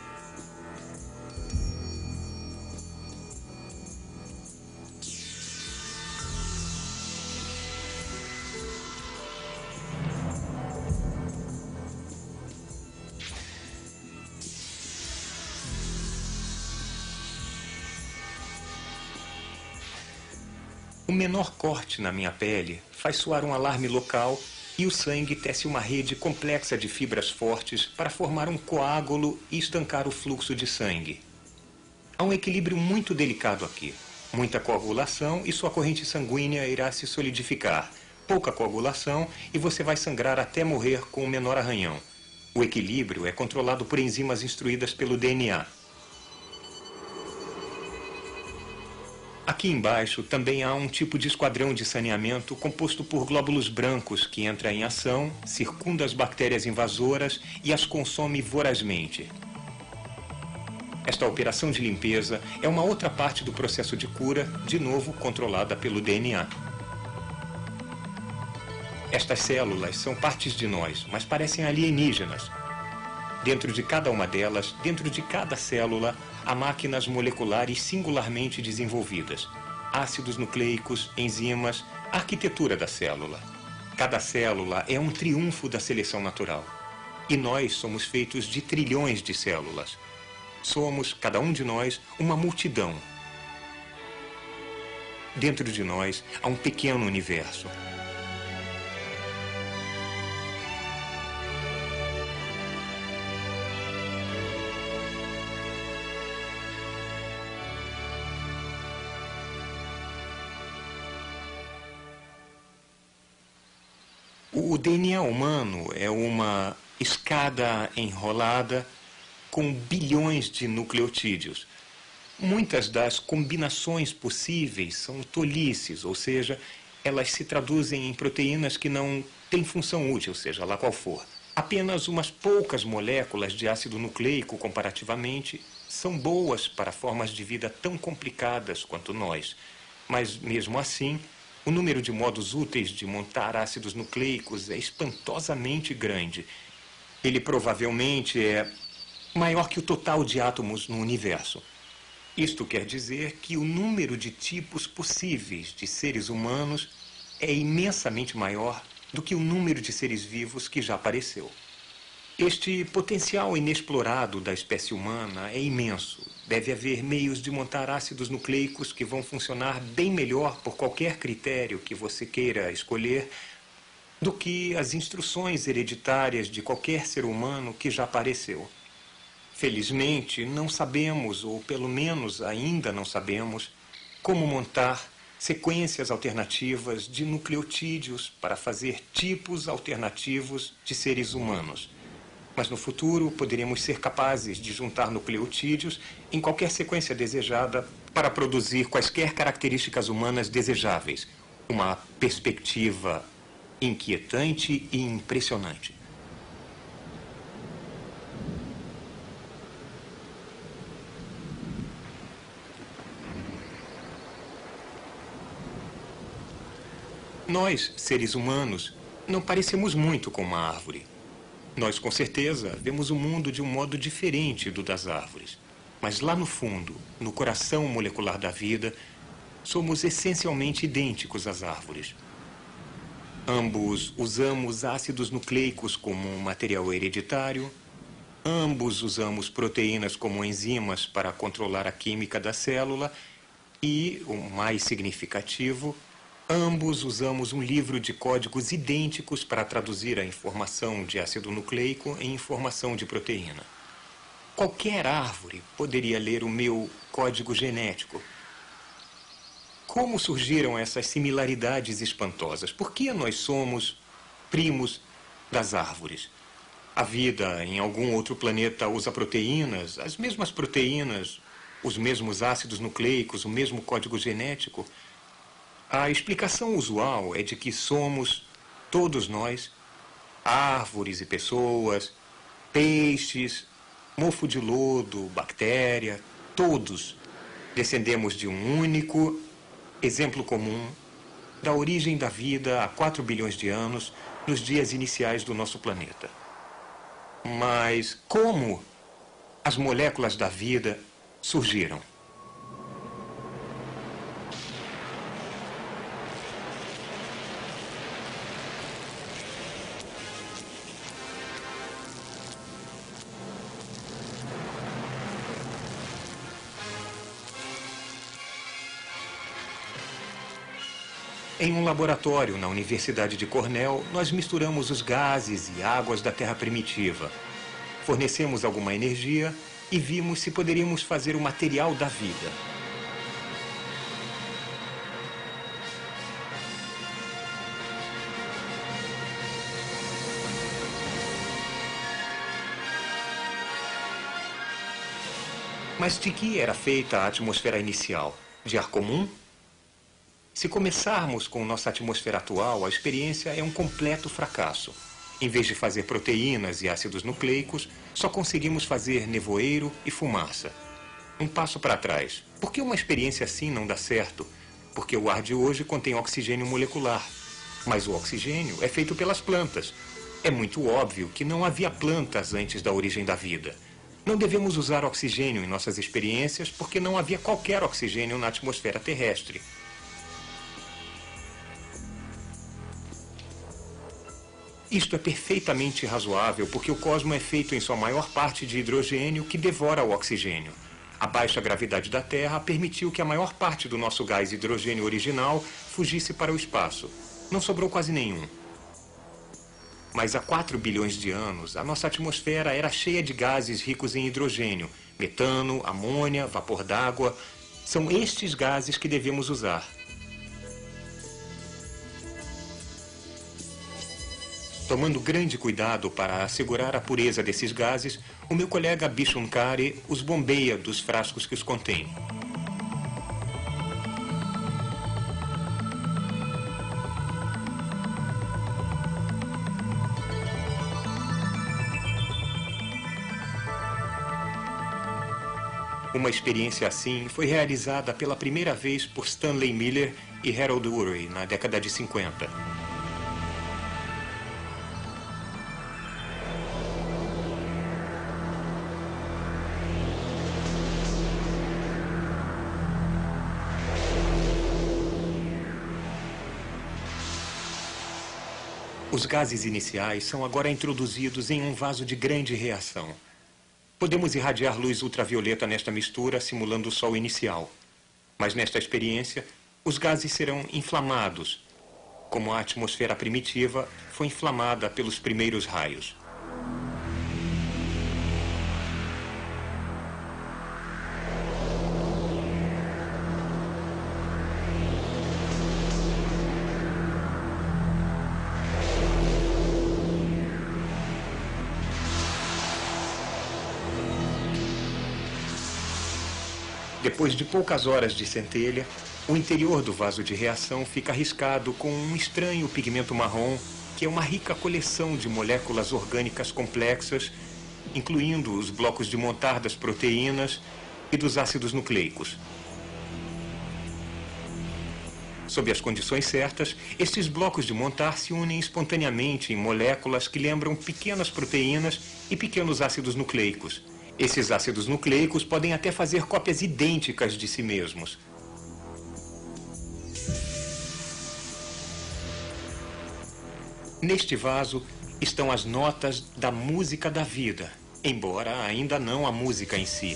Speaker 3: O menor corte na minha pele faz soar um alarme local e o sangue tece uma rede complexa de fibras fortes para formar um coágulo e estancar o fluxo de sangue. Há um equilíbrio muito delicado aqui. Muita coagulação e sua corrente sanguínea irá se solidificar. Pouca coagulação e você vai sangrar até morrer com o menor arranhão. O equilíbrio é controlado por enzimas instruídas pelo DNA. Aqui embaixo também há um tipo de esquadrão de saneamento composto por glóbulos brancos que entra em ação, circunda as bactérias invasoras e as consome vorazmente. Esta operação de limpeza é uma outra parte do processo de cura, de novo controlada pelo DNA. Estas células são partes de nós, mas parecem alienígenas. Dentro de cada uma delas, dentro de cada célula, há máquinas moleculares singularmente desenvolvidas. Ácidos nucleicos, enzimas, a arquitetura da célula. Cada célula é um triunfo da seleção natural. E nós somos feitos de trilhões de células. Somos, cada um de nós, uma multidão. Dentro de nós há um pequeno universo. O DNA humano é uma escada enrolada com bilhões de nucleotídeos. Muitas das combinações possíveis são tolices, ou seja, elas se traduzem em proteínas que não têm função útil, seja lá qual for. Apenas umas poucas moléculas de ácido nucleico, comparativamente, são boas para formas de vida tão complicadas quanto nós. Mas, mesmo assim, o número de modos úteis de montar ácidos nucleicos é espantosamente grande. Ele provavelmente é maior que o total de átomos no universo. Isto quer dizer que o número de tipos possíveis de seres humanos é imensamente maior do que o número de seres vivos que já apareceu. Este potencial inexplorado da espécie humana é imenso. Deve haver meios de montar ácidos nucleicos que vão funcionar bem melhor por qualquer critério que você queira escolher do que as instruções hereditárias de qualquer ser humano que já apareceu. Felizmente, não sabemos, ou pelo menos ainda não sabemos, como montar sequências alternativas de nucleotídeos para fazer tipos alternativos de seres humanos. Mas no futuro poderíamos ser capazes de juntar nucleotídeos em qualquer sequência desejada para produzir quaisquer características humanas desejáveis. Uma perspectiva inquietante e impressionante. Nós, seres humanos, não parecemos muito com uma árvore. Nós, com certeza, vemos o mundo de um modo diferente do das árvores. Mas lá no fundo, no coração molecular da vida, somos essencialmente idênticos às árvores. Ambos usamos ácidos nucleicos como um material hereditário. Ambos usamos proteínas como enzimas para controlar a química da célula. E, o mais significativo, ambos usamos um livro de códigos idênticos para traduzir a informação de ácido nucleico em informação de proteína. Qualquer árvore poderia ler o meu código genético. Como surgiram essas similaridades espantosas? Por que nós somos primos das árvores? A vida em algum outro planeta usa proteínas, as mesmas proteínas, os mesmos ácidos nucleicos, o mesmo código genético? A explicação usual é de que somos, todos nós, árvores e pessoas, peixes, mofo de lodo, bactéria, todos descendemos de um único exemplo comum da origem da vida há 4 bilhões de anos, nos dias iniciais do nosso planeta. Mas como as moléculas da vida surgiram? Em um laboratório na Universidade de Cornell, nós misturamos os gases e águas da Terra primitiva. Fornecemos alguma energia e vimos se poderíamos fazer o material da vida. Mas de que era feita a atmosfera inicial? De ar comum? Se começarmos com nossa atmosfera atual, a experiência é um completo fracasso. Em vez de fazer proteínas e ácidos nucleicos, só conseguimos fazer nevoeiro e fumaça. Um passo para trás. Por que uma experiência assim não dá certo? Porque o ar de hoje contém oxigênio molecular. Mas o oxigênio é feito pelas plantas. É muito óbvio que não havia plantas antes da origem da vida. Não devemos usar oxigênio em nossas experiências porque não havia qualquer oxigênio na atmosfera terrestre. Isto é perfeitamente razoável porque o cosmos é feito em sua maior parte de hidrogênio que devora o oxigênio. A baixa gravidade da Terra permitiu que a maior parte do nosso gás hidrogênio original fugisse para o espaço. Não sobrou quase nenhum. Mas há 4 bilhões de anos, a nossa atmosfera era cheia de gases ricos em hidrogênio, metano, amônia, vapor d'água. São estes gases que devemos usar. Tomando grande cuidado para assegurar a pureza desses gases, o meu colega Bishun Kare os bombeia dos frascos que os contêm. Uma experiência assim foi realizada pela primeira vez por Stanley Miller e Harold Urey na década de 50. Os gases iniciais são agora introduzidos em um vaso de grande reação. Podemos irradiar luz ultravioleta nesta mistura, simulando o Sol inicial. Mas nesta experiência, os gases serão inflamados, como a atmosfera primitiva foi inflamada pelos primeiros raios. Depois de poucas horas de centelha, o interior do vaso de reação fica riscado com um estranho pigmento marrom, que é uma rica coleção de moléculas orgânicas complexas, incluindo os blocos de montar das proteínas e dos ácidos nucleicos. Sob as condições certas, estes blocos de montar se unem espontaneamente em moléculas que lembram pequenas proteínas e pequenos ácidos nucleicos. Esses ácidos nucleicos podem até fazer cópias idênticas de si mesmos. Neste vaso estão as notas da música da vida, embora ainda não a música em si.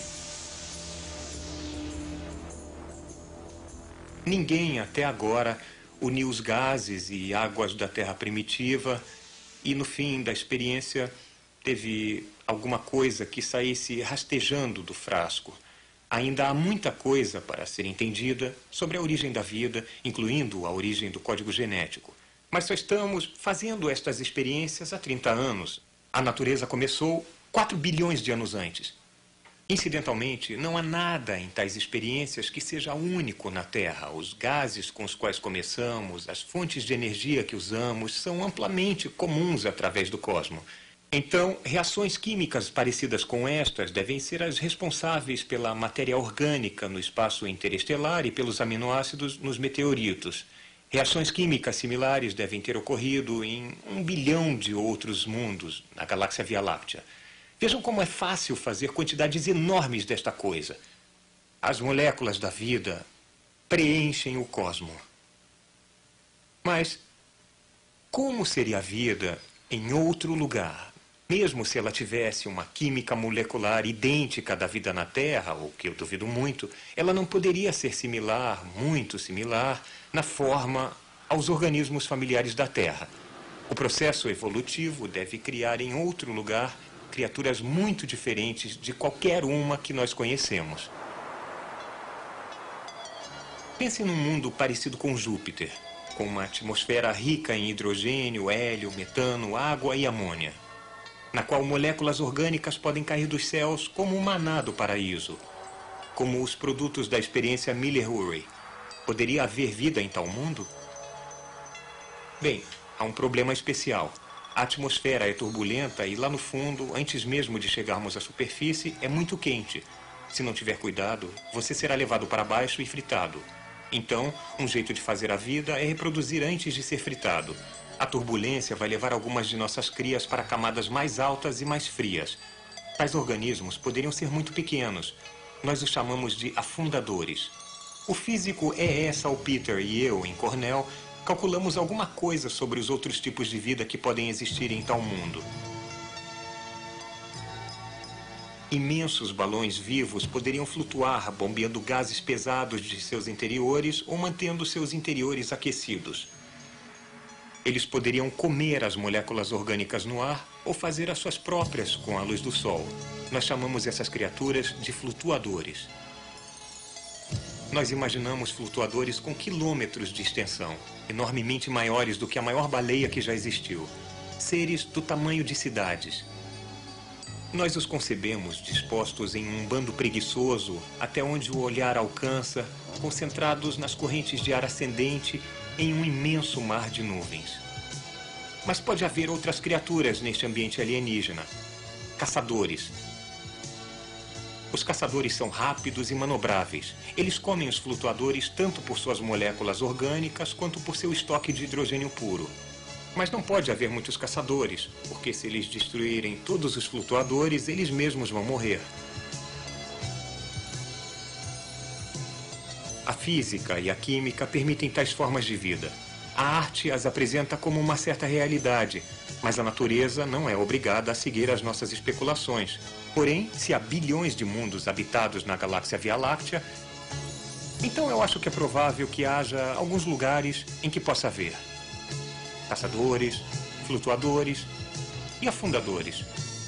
Speaker 3: Ninguém até agora uniu os gases e águas da Terra primitiva e no fim da experiência teve alguma coisa que saísse rastejando do frasco. Ainda há muita coisa para ser entendida sobre a origem da vida, incluindo a origem do código genético. Mas só estamos fazendo estas experiências há 30 anos. A natureza começou 4 bilhões de anos antes. Incidentalmente, não há nada em tais experiências que seja único na Terra. Os gases com os quais começamos, as fontes de energia que usamos, são amplamente comuns através do cosmos. Então, reações químicas parecidas com estas devem ser as responsáveis pela matéria orgânica no espaço interestelar e pelos aminoácidos nos meteoritos. Reações químicas similares devem ter ocorrido em 1 bilhão de outros mundos na galáxia Via Láctea. Vejam como é fácil fazer quantidades enormes desta coisa. As moléculas da vida preenchem o cosmos. Mas como seria a vida em outro lugar? Mesmo se ela tivesse uma química molecular idêntica da vida na Terra, o que eu duvido muito, ela não poderia ser similar, muito similar, na forma aos organismos familiares da Terra. O processo evolutivo deve criar em outro lugar criaturas muito diferentes de qualquer uma que nós conhecemos. Pense num mundo parecido com Júpiter, com uma atmosfera rica em hidrogênio, hélio, metano, água e amônia, na qual moléculas orgânicas podem cair dos céus como um maná do paraíso, como os produtos da experiência Miller-Urey. Poderia haver vida em tal mundo? Bem, há um problema especial. A atmosfera é turbulenta e lá no fundo, antes mesmo de chegarmos à superfície, é muito quente. Se não tiver cuidado, você será levado para baixo e fritado. Então, um jeito de fazer a vida é reproduzir antes de ser fritado. A turbulência vai levar algumas de nossas crias para camadas mais altas e mais frias. Tais organismos poderiam ser muito pequenos. Nós os chamamos de afundadores. O físico E.E. Salpeter e eu, em Cornell, calculamos alguma coisa sobre os outros tipos de vida que podem existir em tal mundo. Imensos balões vivos poderiam flutuar, bombeando gases pesados de seus interiores ou mantendo seus interiores aquecidos. Eles poderiam comer as moléculas orgânicas no ar ou fazer as suas próprias com a luz do sol. Nós chamamos essas criaturas de flutuadores. Nós imaginamos flutuadores com quilômetros de extensão, enormemente maiores do que a maior baleia que já existiu. Seres do tamanho de cidades. Nós os concebemos dispostos em um bando preguiçoso, até onde o olhar alcança, concentrados nas correntes de ar ascendente em um imenso mar de nuvens. Mas pode haver outras criaturas neste ambiente alienígena. Caçadores. Os caçadores são rápidos e manobráveis. Eles comem os flutuadores tanto por suas moléculas orgânicas quanto por seu estoque de hidrogênio puro. Mas não pode haver muitos caçadores, porque se eles destruírem todos os flutuadores, eles mesmos vão morrer. A física e a química permitem tais formas de vida. A arte as apresenta como uma certa realidade, mas a natureza não é obrigada a seguir as nossas especulações. Porém, se há bilhões de mundos habitados na galáxia Via Láctea, então eu acho que é provável que haja alguns lugares em que possa haver caçadores, flutuadores e afundadores.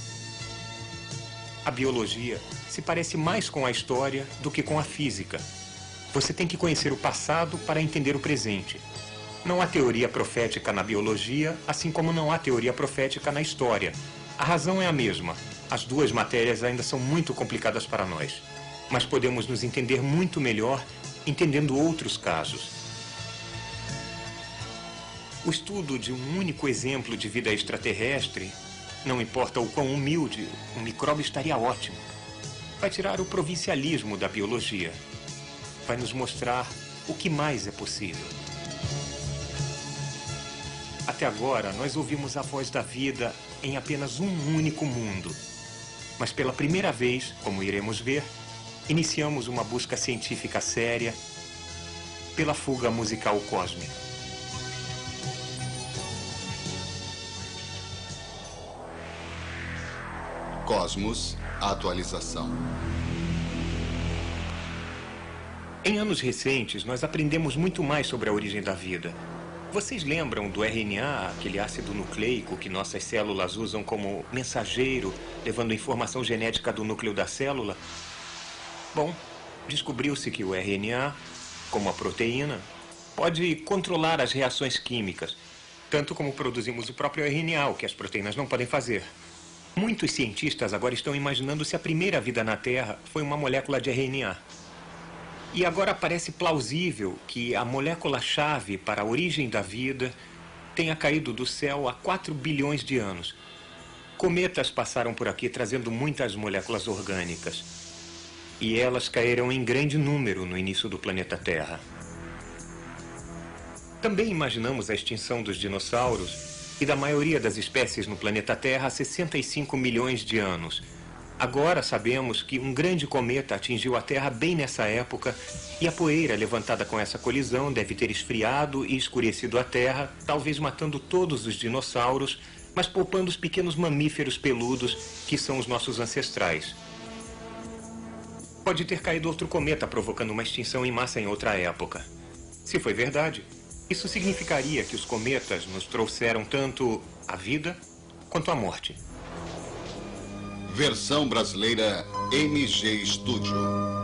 Speaker 3: A biologia se parece mais com a história do que com a física. Você tem que conhecer o passado para entender o presente. Não há teoria profética na biologia, assim como não há teoria profética na história. A razão é a mesma. As duas matérias ainda são muito complicadas para nós. Mas podemos nos entender muito melhor entendendo outros casos. O estudo de um único exemplo de vida extraterrestre, não importa o quão humilde, um micróbio estaria ótimo. Vai tirar o provincialismo da biologia. Vai nos mostrar o que mais é possível. Até agora, nós ouvimos a voz da vida em apenas um único mundo. Mas pela primeira vez, como iremos ver, iniciamos uma busca científica séria pela fuga musical cósmica.
Speaker 2: Cosmos, atualização.
Speaker 3: Em anos recentes, nós aprendemos muito mais sobre a origem da vida. Vocês lembram do RNA, aquele ácido nucleico que nossas células usam como mensageiro, levando informação genética do núcleo da célula? Bom, descobriu-se que o RNA, como a proteína, pode controlar as reações químicas, tanto como produzimos o próprio RNA, o que as proteínas não podem fazer. Muitos cientistas agora estão imaginando se a primeira vida na Terra foi uma molécula de RNA. E agora parece plausível que a molécula-chave para a origem da vida tenha caído do céu há 4 bilhões de anos. Cometas passaram por aqui trazendo muitas moléculas orgânicas. E elas caíram em grande número no início do planeta Terra. Também imaginamos a extinção dos dinossauros e da maioria das espécies no planeta Terra há 65 milhões de anos. Agora sabemos que um grande cometa atingiu a Terra bem nessa época e a poeira levantada com essa colisão deve ter esfriado e escurecido a Terra, talvez matando todos os dinossauros, mas poupando os pequenos mamíferos peludos que são os nossos ancestrais. Pode ter caído outro cometa provocando uma extinção em massa em outra época. Se foi verdade, isso significaria que os cometas nos trouxeram tanto a vida quanto a morte.
Speaker 2: Versão brasileira MG Studio.